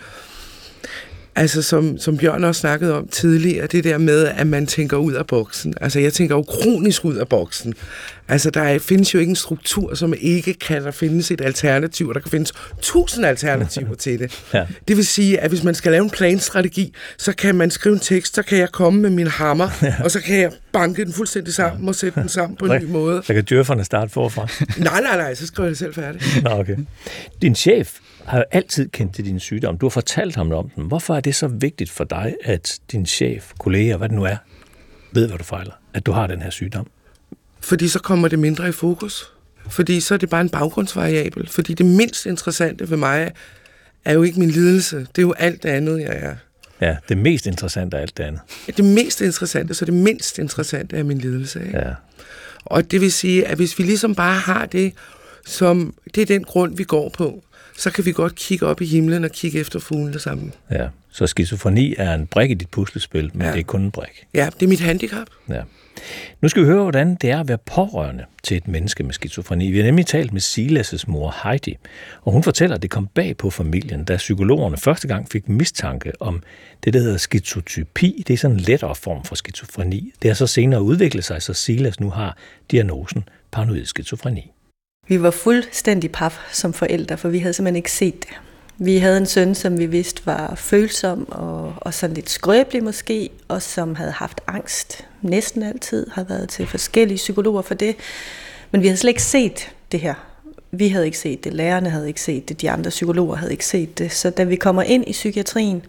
altså, som, som Bjørn også snakkede om tidligere, det der med, at man tænker ud af boksen. Altså, jeg tænker jo kronisk ud af boksen. Altså, der findes jo ikke en struktur, som ikke kan der findes et alternativ, og der kan findes tusind alternativer til det. Ja. Det vil sige, at hvis man skal lave en planstrategi, så kan man skrive en tekst, så kan jeg komme med min hammer, ja. og så kan jeg banke den fuldstændig sammen og sætte den sammen på en ny måde. Så kan djøfferne starte forfra? nej, nej, nej, så skriver jeg det selv færdigt. Nå, okay. Din chef har jo altid kendt til din sygdom. Du har fortalt ham om den. Hvorfor er det så vigtigt for dig, at din chef, kolleger, hvad det nu er, ved, hvad du fejler? At du har den her sygdom? Fordi så kommer det mindre i fokus. Fordi så er det bare en baggrundsvariabel. Fordi det mindst interessante ved mig er jo ikke min lidelse. Det er jo alt det andet, jeg er. Ja, det mest interessante er alt det andet. Det mest interessante, så det mindst interessante er min lidelse. Ikke? Ja. Og det vil sige, at hvis vi ligesom bare har det, som det er den grund, vi går på, så kan vi godt kigge op i himlen og kigge efter fuglene sammen. Ja, så skizofreni er en brik i dit puslespil, men ja. det er kun en brik. Ja, det er mit handicap. Ja. Nu skal vi høre, hvordan det er at være pårørende til et menneske med skizofreni. Vi har nemlig talt med Silas' mor Heidi, og hun fortæller, at det kom bag på familien, da psykologerne første gang fik mistanke om det, der hedder skizotypi. Det er sådan en lettere form for skizofreni. Det har så senere udviklet sig, så Silas nu har diagnosen paranoid skizofreni. Vi var fuldstændig paf som forældre, for vi havde simpelthen ikke set det. Vi havde en søn, som vi vidste var følsom og, og sådan lidt skrøbelig måske, og som havde haft angst næsten altid, har været til forskellige psykologer for det. Men vi havde slet ikke set det her. Vi havde ikke set det, lærerne havde ikke set det, de andre psykologer havde ikke set det. Så da vi kommer ind i psykiatrien,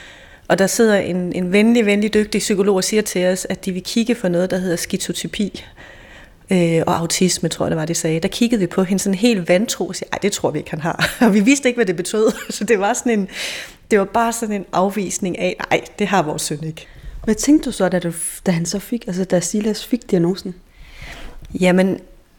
og der sidder en, en venlig, venlig dygtig psykolog og siger til os, at de vil kigge for noget, der hedder skizotypi, Øh, og autisme, tror jeg, det var, de sagde. Der kiggede vi på hende sådan helt vantro og sagde, ej, det tror vi ikke, han har. Og vi vidste ikke, hvad det betød. Så det var sådan en, det var bare sådan en afvisning af, nej, det har vores søn ikke. Hvad tænkte du så, da, du, da han så fik, altså da Silas fik diagnosen? Jamen,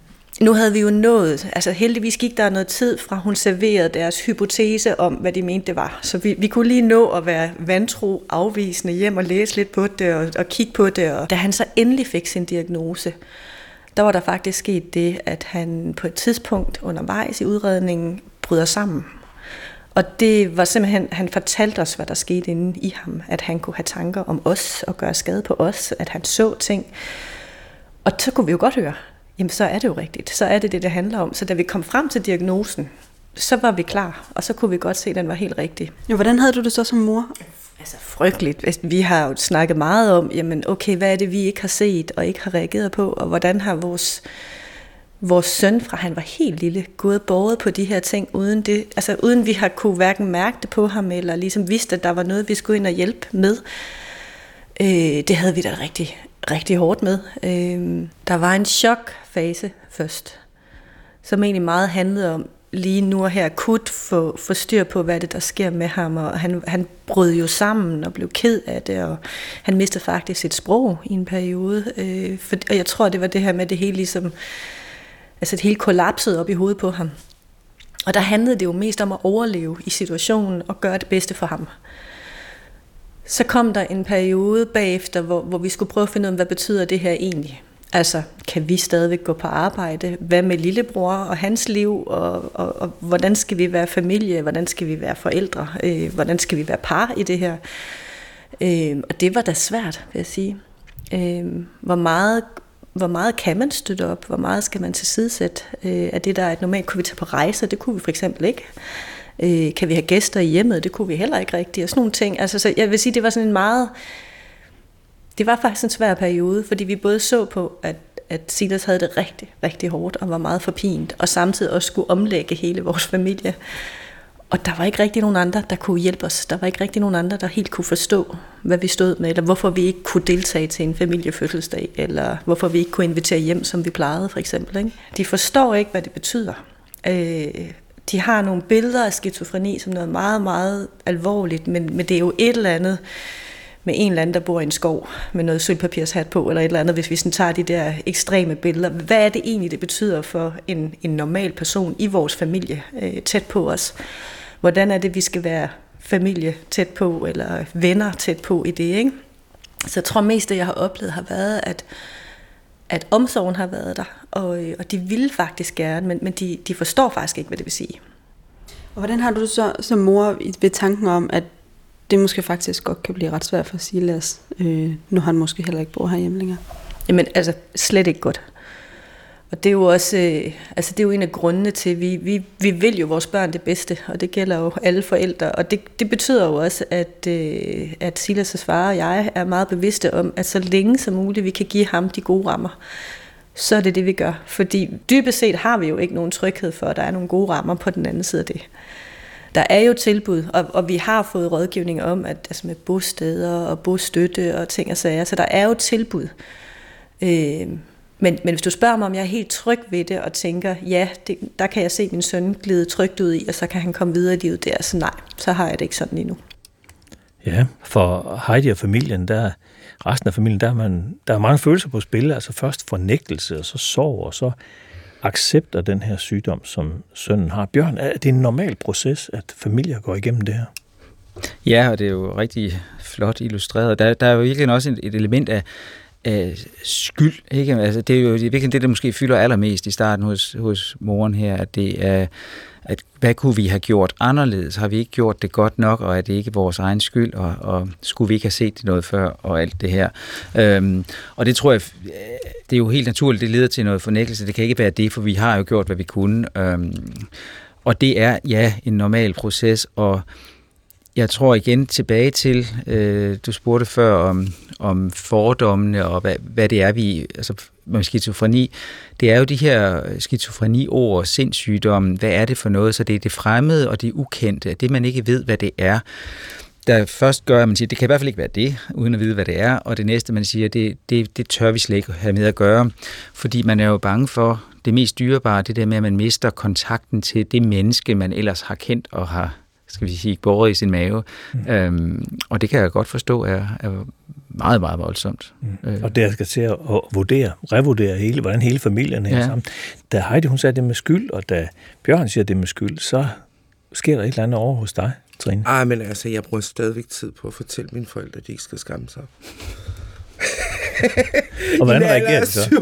nu havde vi jo nået, altså heldigvis gik der noget tid fra, hun serverede deres hypotese om, hvad de mente det var. Så vi, vi kunne lige nå at være vantro, afvisende hjem og læse lidt på det og, og kigge på det. Og da han så endelig fik sin diagnose, der var der faktisk sket det, at han på et tidspunkt undervejs i udredningen bryder sammen. Og det var simpelthen, han fortalte os, hvad der skete inde i ham, at han kunne have tanker om os og gøre skade på os, at han så ting. Og så kunne vi jo godt høre, jamen så er det jo rigtigt, så er det det, det handler om. Så da vi kom frem til diagnosen, så var vi klar, og så kunne vi godt se, at den var helt rigtig. Ja, hvordan havde du det så som mor? Altså frygteligt. Vi har jo snakket meget om, jamen okay, hvad er det, vi ikke har set og ikke har reageret på, og hvordan har vores, vores søn, fra han var helt lille, gået båret på de her ting, uden, det, altså, uden vi har kunne hverken mærke det på ham, eller ligesom vidste, at der var noget, vi skulle ind og hjælpe med. Øh, det havde vi da rigtig, rigtig hårdt med. Øh, der var en chokfase først, som egentlig meget handlede om, lige nu og her akut få, få styr på, hvad det der sker med ham, og han, han brød jo sammen og blev ked af det, og han mistede faktisk sit sprog i en periode, øh, for, og jeg tror, det var det her med det hele ligesom, altså det hele kollapsede op i hovedet på ham. Og der handlede det jo mest om at overleve i situationen og gøre det bedste for ham. Så kom der en periode bagefter, hvor, hvor vi skulle prøve at finde ud af, hvad betyder det her egentlig? Altså, kan vi stadigvæk gå på arbejde? Hvad med lillebror og hans liv? Og, og, og hvordan skal vi være familie? Hvordan skal vi være forældre? Øh, hvordan skal vi være par i det her? Øh, og det var da svært, vil jeg sige. Øh, hvor meget, hvor meget kan man støtte op? Hvor meget skal man tilsidesætte øh, af det, der er et normalt? Kunne vi tage på rejser? Det kunne vi for eksempel ikke. Øh, kan vi have gæster i hjemmet? Det kunne vi heller ikke rigtigt. Og sådan nogle ting. Altså, så jeg vil sige, det var sådan en meget... Det var faktisk en svær periode, fordi vi både så på, at, at Silas havde det rigtig, rigtig hårdt og var meget forpint, og samtidig også skulle omlægge hele vores familie. Og der var ikke rigtig nogen andre, der kunne hjælpe os. Der var ikke rigtig nogen andre, der helt kunne forstå, hvad vi stod med, eller hvorfor vi ikke kunne deltage til en familiefødselsdag, eller hvorfor vi ikke kunne invitere hjem, som vi plejede for eksempel. Ikke? De forstår ikke, hvad det betyder. Øh, de har nogle billeder af skizofreni som noget meget, meget alvorligt, men, men det er jo et eller andet, med en eller anden, der bor i en skov med noget sølvpapirshat på, eller et eller andet, hvis vi sådan tager de der ekstreme billeder. Hvad er det egentlig, det betyder for en, en normal person i vores familie, øh, tæt på os? Hvordan er det, vi skal være familie tæt på, eller venner tæt på i det, ikke? Så jeg tror mest, det jeg har oplevet, har været, at, at omsorgen har været der, og, og de ville faktisk gerne, men, men de, de forstår faktisk ikke, hvad det vil sige. Og hvordan har du så som mor ved tanken om, at det måske faktisk godt kan blive ret svært for Silas, øh, når han måske heller ikke bor herhjemme længere? Jamen altså, slet ikke godt. Og det er jo også, øh, altså det er jo en af grundene til, vi, vi, vi vil jo vores børn det bedste, og det gælder jo alle forældre. Og det, det betyder jo også, at, øh, at Silas' far og jeg er meget bevidste om, at så længe som muligt vi kan give ham de gode rammer, så er det det, vi gør. Fordi dybest set har vi jo ikke nogen tryghed for, at der er nogle gode rammer på den anden side af det. Der er jo tilbud, og, og vi har fået rådgivning om, at altså med bosteder og bostøtte og ting og sager, så der er jo tilbud. Øh, men, men hvis du spørger mig, om jeg er helt tryg ved det, og tænker, ja, det, der kan jeg se min søn glide trygt ud i, og så kan han komme videre i livet der, så nej, så har jeg det ikke sådan endnu. Ja, for Heidi og familien, der, resten af familien, der er, man, der er mange følelser på spil, altså først fornægtelse, og så sorg, og så accept af den her sygdom, som sønnen har. Bjørn, er det en normal proces, at familier går igennem det her? Ja, og det er jo rigtig flot illustreret. Der, der er jo virkelig også et, et element af, af skyld. Ikke? Altså, det er jo virkelig det, der måske fylder allermest i starten hos, hos moren her, at det er, at hvad kunne vi have gjort anderledes? Har vi ikke gjort det godt nok, og er det ikke vores egen skyld, og, og skulle vi ikke have set det noget før, og alt det her. Øhm, og det tror jeg, det er jo helt naturligt, det leder til noget fornægtelse. Det kan ikke være det, for vi har jo gjort, hvad vi kunne. Øhm, og det er, ja, en normal proces, og jeg tror igen tilbage til, øh, du spurgte før om, om fordommene, og hvad, hvad det er, vi, altså med skizofreni, det er jo de her skizofreni-ord, sindssygdommen, hvad er det for noget? Så det er det fremmede og det ukendte, det man ikke ved, hvad det er. Der først gør, at man siger, det kan i hvert fald ikke være det, uden at vide, hvad det er, og det næste, man siger, det, det, det tør vi slet ikke have med at gøre, fordi man er jo bange for det mest dyrebare, det der med, at man mister kontakten til det menneske, man ellers har kendt og har, skal vi sige, båret i sin mave. Mm. Øhm, og det kan jeg godt forstå er, er meget, meget voldsomt. Mm. Øh. Og der skal til at vurdere, revurdere hele, hvordan hele familien hænger ja. sammen. Da Heidi, hun sagde det med skyld, og da Bjørn siger det med skyld, så sker der et eller andet over hos dig, Trine. Ah, men altså, jeg bruger stadigvæk tid på at fortælle mine forældre, at de ikke skal skamme sig. Og hvordan reagerer de så?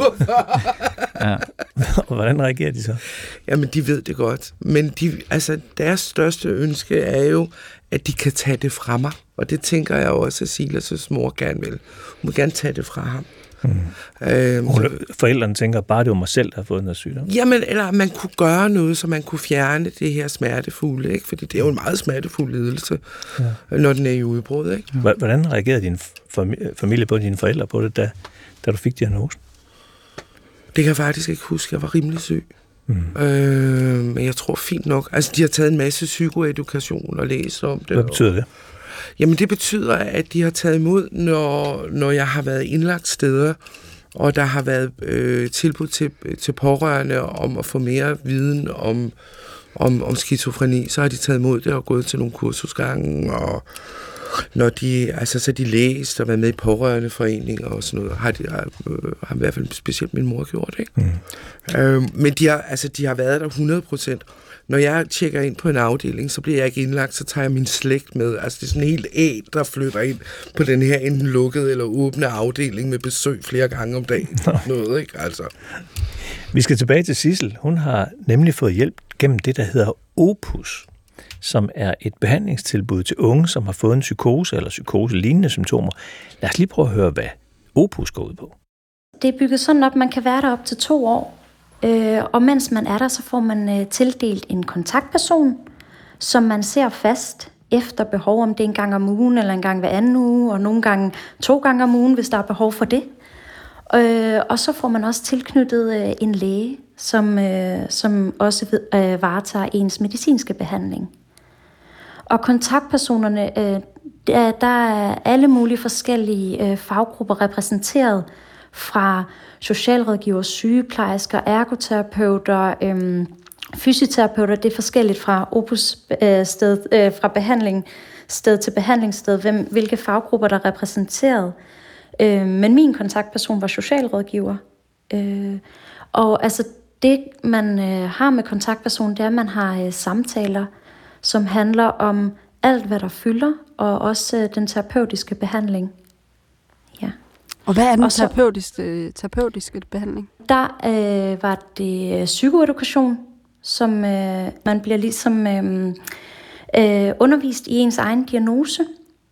Ja. Og hvordan reagerer de så? Jamen, de ved det godt. Men de, altså, deres største ønske er jo, at de kan tage det fra mig. Og det tænker jeg også, at Silas' mor gerne vil. Hun må gerne tage det fra ham. Hmm. Øhm, Hun, forældrene tænker bare, det var mig selv, der har fået den her sygdom. Jamen, eller man kunne gøre noget, så man kunne fjerne det her smertefulde, ikke? Fordi det er jo en meget smertefuld lidelse, ja. Når den er i udbrud, ikke? Hvordan reagerede din familie på, dine forældre på det, da, da du fik diagnosen? Det kan jeg faktisk ikke huske. Jeg var rimelig syg. Mm. Øh, men jeg tror fint nok. Altså, de har taget en masse psykoedukation og læst om det. Hvad betyder det? Jamen, det betyder, at de har taget imod, når, når jeg har været indlagt steder, og der har været øh, tilbud til, til pårørende om at få mere viden om, om, om skizofreni, så har de taget imod det og gået til nogle kursusgange, og når de, altså, så de læst og været med i pårørendeforeninger og sådan noget, har de øh, har i hvert fald specielt min mor gjort, ikke? Mm. Øh, men de har, altså, de har været der hundrede procent. Når jeg tjekker ind på en afdeling, så bliver jeg ikke indlagt, så tager jeg min slægt med. Altså, det er sådan en helt æg, der flytter ind på den her enten lukkede eller åbne afdeling med besøg flere gange om dagen. Noget, ikke? Altså. Vi skal tilbage til Sissel. Hun har nemlig fået hjælp gennem det, der hedder Opus, som er et behandlingstilbud til unge, som har fået en psykose eller psykose-lignende symptomer. Lad os lige prøve at høre, hvad Opus går ud på. Det er bygget sådan op, man kan være der op til to år. Øh, og mens man er der, så får man øh, tildelt en kontaktperson, som man ser fast efter behov, om det er en gang om ugen eller en gang hver anden uge, og nogle gange to gange om ugen, hvis der er behov for det. Øh, og så får man også tilknyttet øh, en læge, som, øh, som også ved, øh, varetager ens medicinske behandling. Og kontaktpersonerne, øh, der, der er alle mulige forskellige øh, faggrupper repræsenteret, fra socialrådgiver, sygeplejersker, ergoterapeuter, øhm, fysioterapeuter. Det er forskelligt fra opus øh, sted, øh, fra behandling sted til behandlingssted, hvem, hvilke faggrupper der er repræsenteret. Øh, men min kontaktperson var socialrådgiver. Øh, og altså det, man øh, har med kontaktpersonen, det er, at man har øh, samtaler, som handler om alt, hvad der fylder, og også øh, den terapeutiske behandling. Ja. Og hvad er den og så, terapeutiske, terapeutiske behandling? Der øh, var det psykoedukation, som øh, man bliver ligesom øh, øh, undervist i ens egen diagnose,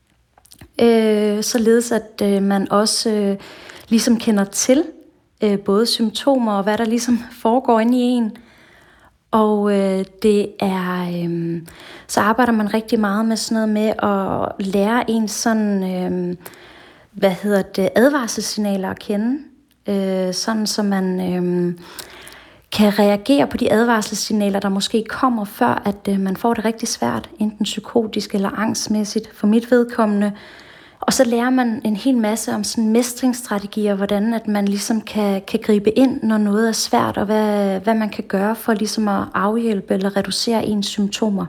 øh, således at øh, man også øh, ligesom kender til øh, både symptomer og hvad der ligesom foregår inde i en. Og øh, det er øh, så arbejder man rigtig meget med sådan noget med at lære en sådan øh, hvad hedder det, advarselssignaler at kende, øh, sådan så man øh, kan reagere på de advarselssignaler, der måske kommer, før at øh, man får det rigtig svært, enten psykotisk eller angstmæssigt, for mit vedkommende. Og så lærer man en hel masse om sådan mestringsstrategier, hvordan at man ligesom kan, kan gribe ind, når noget er svært, og hvad, hvad man kan gøre for ligesom at afhjælpe eller reducere ens symptomer.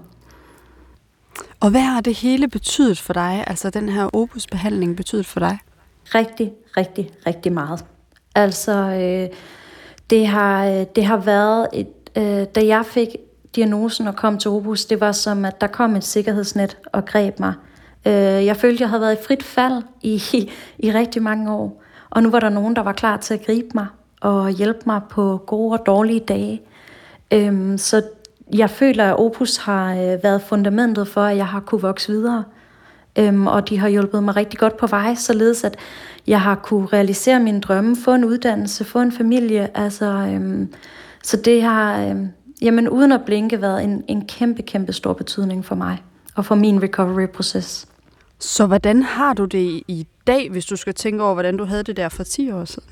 Og hvad har det hele betydet for dig? Altså den her opusbehandling betydet for dig? Rigtig, rigtig, rigtig meget. Altså øh, det, har, det har været, et, øh, da jeg fik diagnosen og kom til Opus, det var som, at der kom et sikkerhedsnet og greb mig. Øh, jeg følte, jeg havde været i frit fald i, i, i rigtig mange år. Og nu var der nogen, der var klar til at gribe mig og hjælpe mig på gode og dårlige dage. Øh, så jeg føler, at Opus har øh, været fundamentet for, at jeg har kunne vokse videre. Øhm, og de har hjulpet mig rigtig godt på vej, således at jeg har kunne realisere mine drømme, få en uddannelse, få en familie. Altså, øhm, så det har, øhm, jamen, uden at blinke, været en, en kæmpe, kæmpe stor betydning for mig og for min recovery-proces. Så hvordan har du det i dag, hvis du skal tænke over, hvordan du havde det der for ti år siden?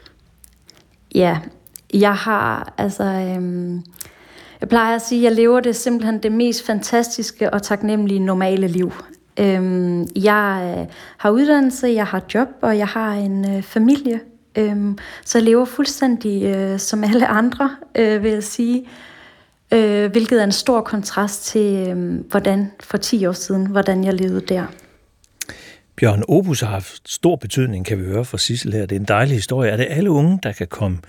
Ja, jeg har, altså... Øhm, jeg plejer at sige, at jeg lever det simpelthen det mest fantastiske og taknemmelige normale liv. Øhm, jeg øh, har uddannelse, jeg har job, og jeg har en øh, familie. Øhm, så jeg lever fuldstændig øh, som alle andre, øh, vil jeg sige. Øh, hvilket er en stor kontrast til, øh, hvordan for ti år siden, hvordan jeg levede der. Bjørn, Opus har haft stor betydning, kan vi høre fra Sissel her. Det er en dejlig historie. Er det alle unge, der kan komme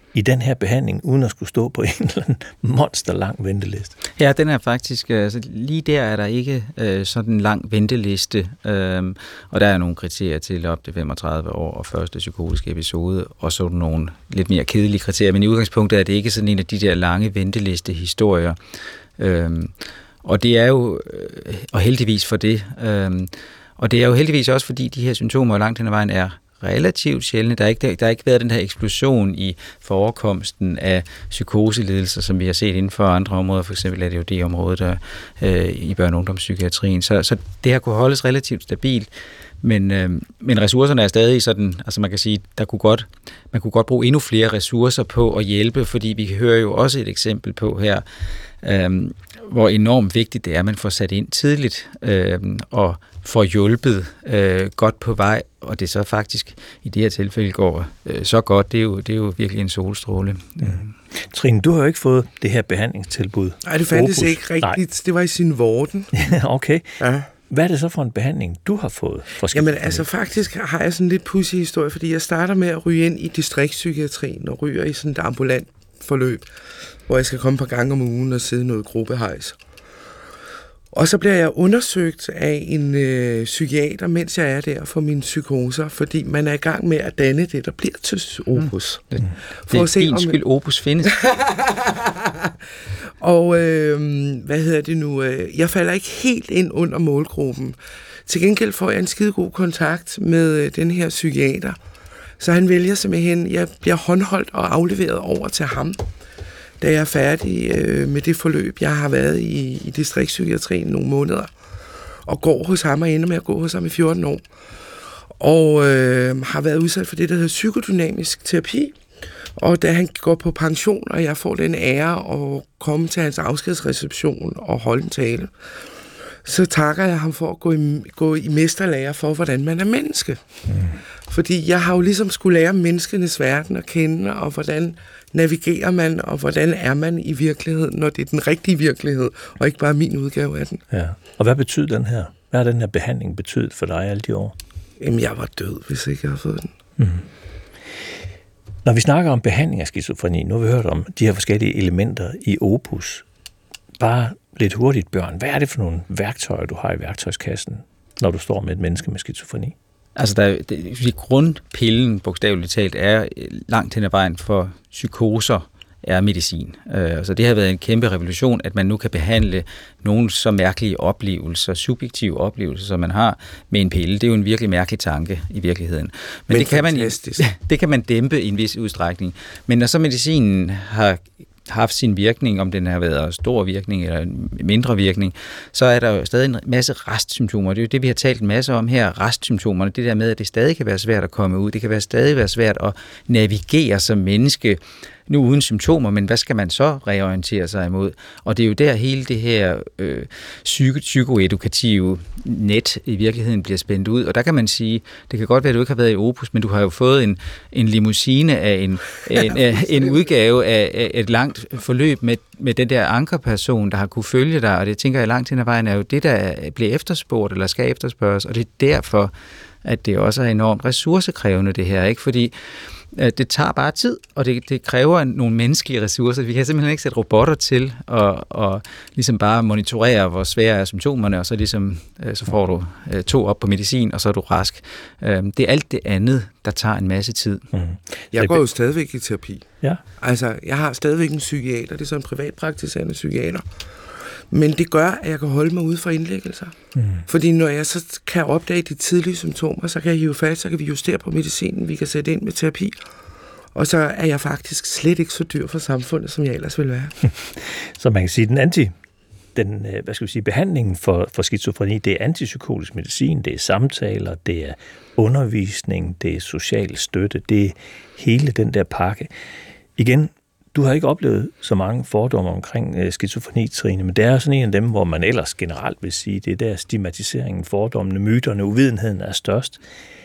i den her behandling, uden at skulle stå på en eller anden monsterlang venteliste? Ja, den er faktisk, altså lige der er der ikke øh, sådan en lang venteliste, øh, og der er nogle kriterier til op til femogtredive år og første psykotiske episode, og så nogle lidt mere kedelige kriterier, men i udgangspunktet er det ikke sådan en af de der lange venteliste-historier. Øh, og det er jo, øh, og heldigvis for det, øh, og det er jo heldigvis også, fordi de her symptomer langt hen ad vejen er relativt sjældne. Der har ikke, der har ikke været den her eksplosion i forekomsten af psykoselidelser, som vi har set inden for andre områder, for eksempel A D H D-området der, øh, i børne- og ungdomspsykiatrien. Så, så det har kunne holdes relativt stabilt, men, øh, men ressourcerne er stadig sådan, altså man kan sige, der kunne godt, man kunne godt bruge endnu flere ressourcer på at hjælpe, fordi vi hører jo også et eksempel på her, øh, hvor enormt vigtigt det er, at man får sat ind tidligt øh, og får hjulpet øh, godt på vej, og det så faktisk i det her tilfælde går øh, så godt, det er, jo, det er jo virkelig en solstråle. Mm. Trine, du har jo ikke fået det her behandlingstilbud. Nej, det fandtes Opus. ikke rigtigt. Nej. Det var i sin vorden. Okay. Ja. Hvad er det så for en behandling, du har fået? For Jamen altså faktisk har jeg sådan en lidt pudsig historie, fordi jeg starter med at ryge ind i distriktspsykiatrien og ryger i sådan et ambulant forløb, hvor jeg skal komme et par gange om ugen og sidde i noget gruppehejs. Og så bliver jeg undersøgt af en øh, psykiater, mens jeg er der for mine psykoser, fordi man er i gang med at danne det, der bliver til opus. Mm. For det er se, din om... skyld, opus findes. Og øh, hvad hedder det nu? Jeg falder ikke helt ind under målgruppen. Til gengæld får jeg en skide god kontakt med øh, den her psykiater. Så han vælger simpelthen, jeg bliver håndholdt og afleveret over til ham, da jeg er færdig øh, med det forløb. Jeg har været i, i distriktspsykiatrien nogle måneder, og går hos ham og ender med at gå hos ham i fjorten år. Og øh, har været udsat for det, der hedder psykodynamisk terapi. Og da han går på pension, og jeg får den ære at komme til hans afskedsreception og holde en tale, så takker jeg ham for at gå i, gå i mesterlære for, hvordan man er menneske. Mm. Fordi jeg har jo ligesom skulle lære menneskenes verden at kende, og hvordan navigerer man, og hvordan er man i virkeligheden, når det er den rigtige virkelighed, og ikke bare min udgave af den. Ja. Og hvad betyder den her? Hvad har den her behandling betydet for dig alle de år? Jamen, jeg var død, hvis ikke jeg havde fået den. Mm. Når vi snakker om behandling af skizofreni, nu har vi hørt om de her forskellige elementer i opus. Bare lidt hurtigt, Bjørn. Hvad er det for nogle værktøjer, du har i værktøjskassen, når du står med et menneske med skizofreni? Altså, der, det, grundpillen, bogstaveligt talt, er langt hen ad vejen for psykoser, er medicin. Øh, så det har været en kæmpe revolution, at man nu kan behandle nogle så mærkelige oplevelser, subjektive oplevelser, som man har med en pille. Det er jo en virkelig mærkelig tanke i virkeligheden. Men, Men det, kan man, det kan man dæmpe i en vis udstrækning. Men når så medicinen har haft sin virkning, om den har været stor virkning eller mindre virkning, så er der jo stadig en masse restsymptomer. Det er jo det, vi har talt en masse om her, restsymptomerne. Det der med, at det stadig kan være svært at komme ud. Det kan være stadig være svært at navigere som menneske, nu uden symptomer, men hvad skal man så reorientere sig imod? Og det er jo der hele det her øh, psyko- psykoedukative net i virkeligheden bliver spændt ud, og der kan man sige, det kan godt være, at du ikke har været i opus, men du har jo fået en, en limousine af en, en, en, en udgave af, af et langt forløb med, med den der ankerperson, der har kunne følge dig, og det tænker jeg langt hen ad vejen er jo det, der bliver efterspurgt, eller skal efterspørges, og det er derfor, at det også er enormt ressourcekrævende det her, ikke? Fordi det tager bare tid, og det, det kræver nogle menneskelige ressourcer. Vi kan simpelthen ikke sætte robotter til og, og ligesom bare monitorere, hvor svære er symptomerne, og så, ligesom, så får du to op på medicin, og så er du rask. Det er alt det andet, der tager en masse tid. Mm. Jeg går jo stadigvæk i terapi. Ja. Altså, jeg har stadigvæk en psykiater, det er så en privatpraktiserende psykiater. Men det gør, at jeg kan holde mig ude fra indlæggelser. Mm. Fordi når jeg så kan opdage de tidlige symptomer, så kan jeg hive fast, så kan vi justere på medicinen, vi kan sætte ind med terapi. Og så er jeg faktisk slet ikke så dyr for samfundet, som jeg ellers ville være. Så man kan sige, den anti, den, hvad skal vi sige, behandlingen for, for skizofreni, det er antipsykotisk medicin, det er samtaler, det er undervisning, det er social støtte, det er hele den der pakke. Igen, du har ikke oplevet så mange fordomme omkring øh, skizofreni, Trine, men det er sådan en af dem, hvor man ellers generelt vil sige, det er der stigmatiseringen, fordommene, myterne, uvidenheden er størst.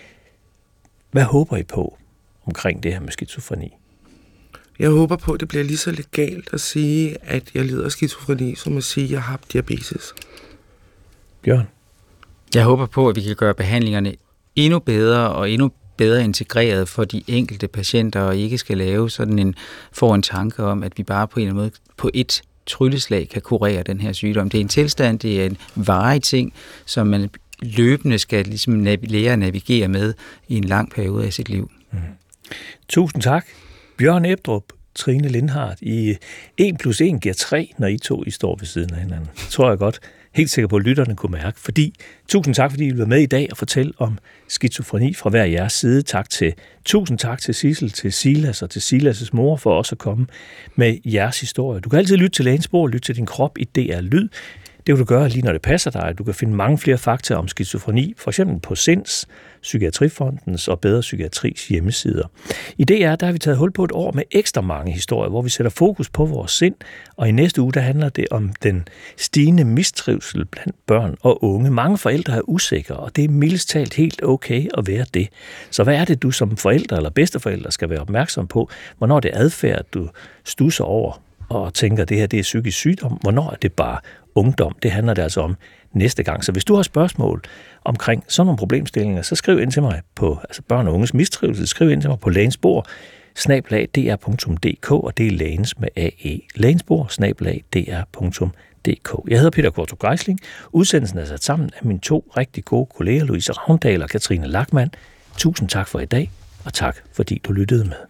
Hvad håber I på omkring det her med skizofreni? Jeg håber på, at det bliver lige så legalt at sige, at jeg lider af skizofreni, som at sige, at jeg har diabetes. Bjørn? Jeg håber på, at vi kan gøre behandlingerne endnu bedre og endnu bedre integreret for de enkelte patienter, og ikke skal lave sådan en, får en tanke om, at vi bare på en eller anden måde på et trylleslag kan kurere den her sygdom. Det er en tilstand, det er en varig ting, som man løbende skal ligesom nav- lære at navigere med i en lang periode af sit liv. Mm. Tusind tak. Bjørn Ebdrup, Trine Lindhardt. I en plus en giver tre, når I to I står ved siden af hinanden. Det tror jeg godt, helt sikker på, at lytterne kunne mærke. Fordi, tusind tak, fordi I var med i dag og fortælle om skizofreni fra hver jeres side. Tak til, tusind tak til Sissel, til Silas og til Silas' mor for også at komme med jeres historie. Du kan altid lytte til Lægens Bord, lytte til din krop i D R Lyd. Det vil du gøre lige når det passer dig. Du kan finde mange flere fakta om skizofreni, for eksempel på Sinds, Psykiatrifondens og Bedre Psykiatris hjemmesider. I D R der har vi taget hul på et år med ekstra mange historier, hvor vi sætter fokus på vores sind, og i næste uge der handler det om den stigende mistrivsel blandt børn og unge. Mange forældre er usikre, og det er mildest talt helt okay at være det. Så hvad er det, du som forældre eller bedsteforældre skal være opmærksom på? Hvornår det er adfærd, du stusser over og tænker, at det her det er psykisk sygdom? Hvornår er det bare ungdom? Det handler det altså om næste gang. Så hvis du har spørgsmål omkring sådan nogle problemstillinger, så skriv ind til mig på altså børn og unges mistrivsel. Skriv ind til mig på Lægens Bord, snabel-a d r punktum d k, og det er Lægens med A E. Lægens Bord, snabel-a d r punktum d k. Jeg hedder Peter Kortrup Geisling. Udsendelsen er sat sammen af mine to rigtig gode kolleger, Louise Ravndal og Katrine Lachmann. Tusind tak for i dag, og tak fordi du lyttede med.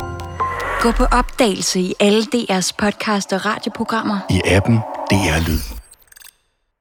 Gå på opdagelse i alle D R's podcast og radioprogrammer. I appen D R Lyd.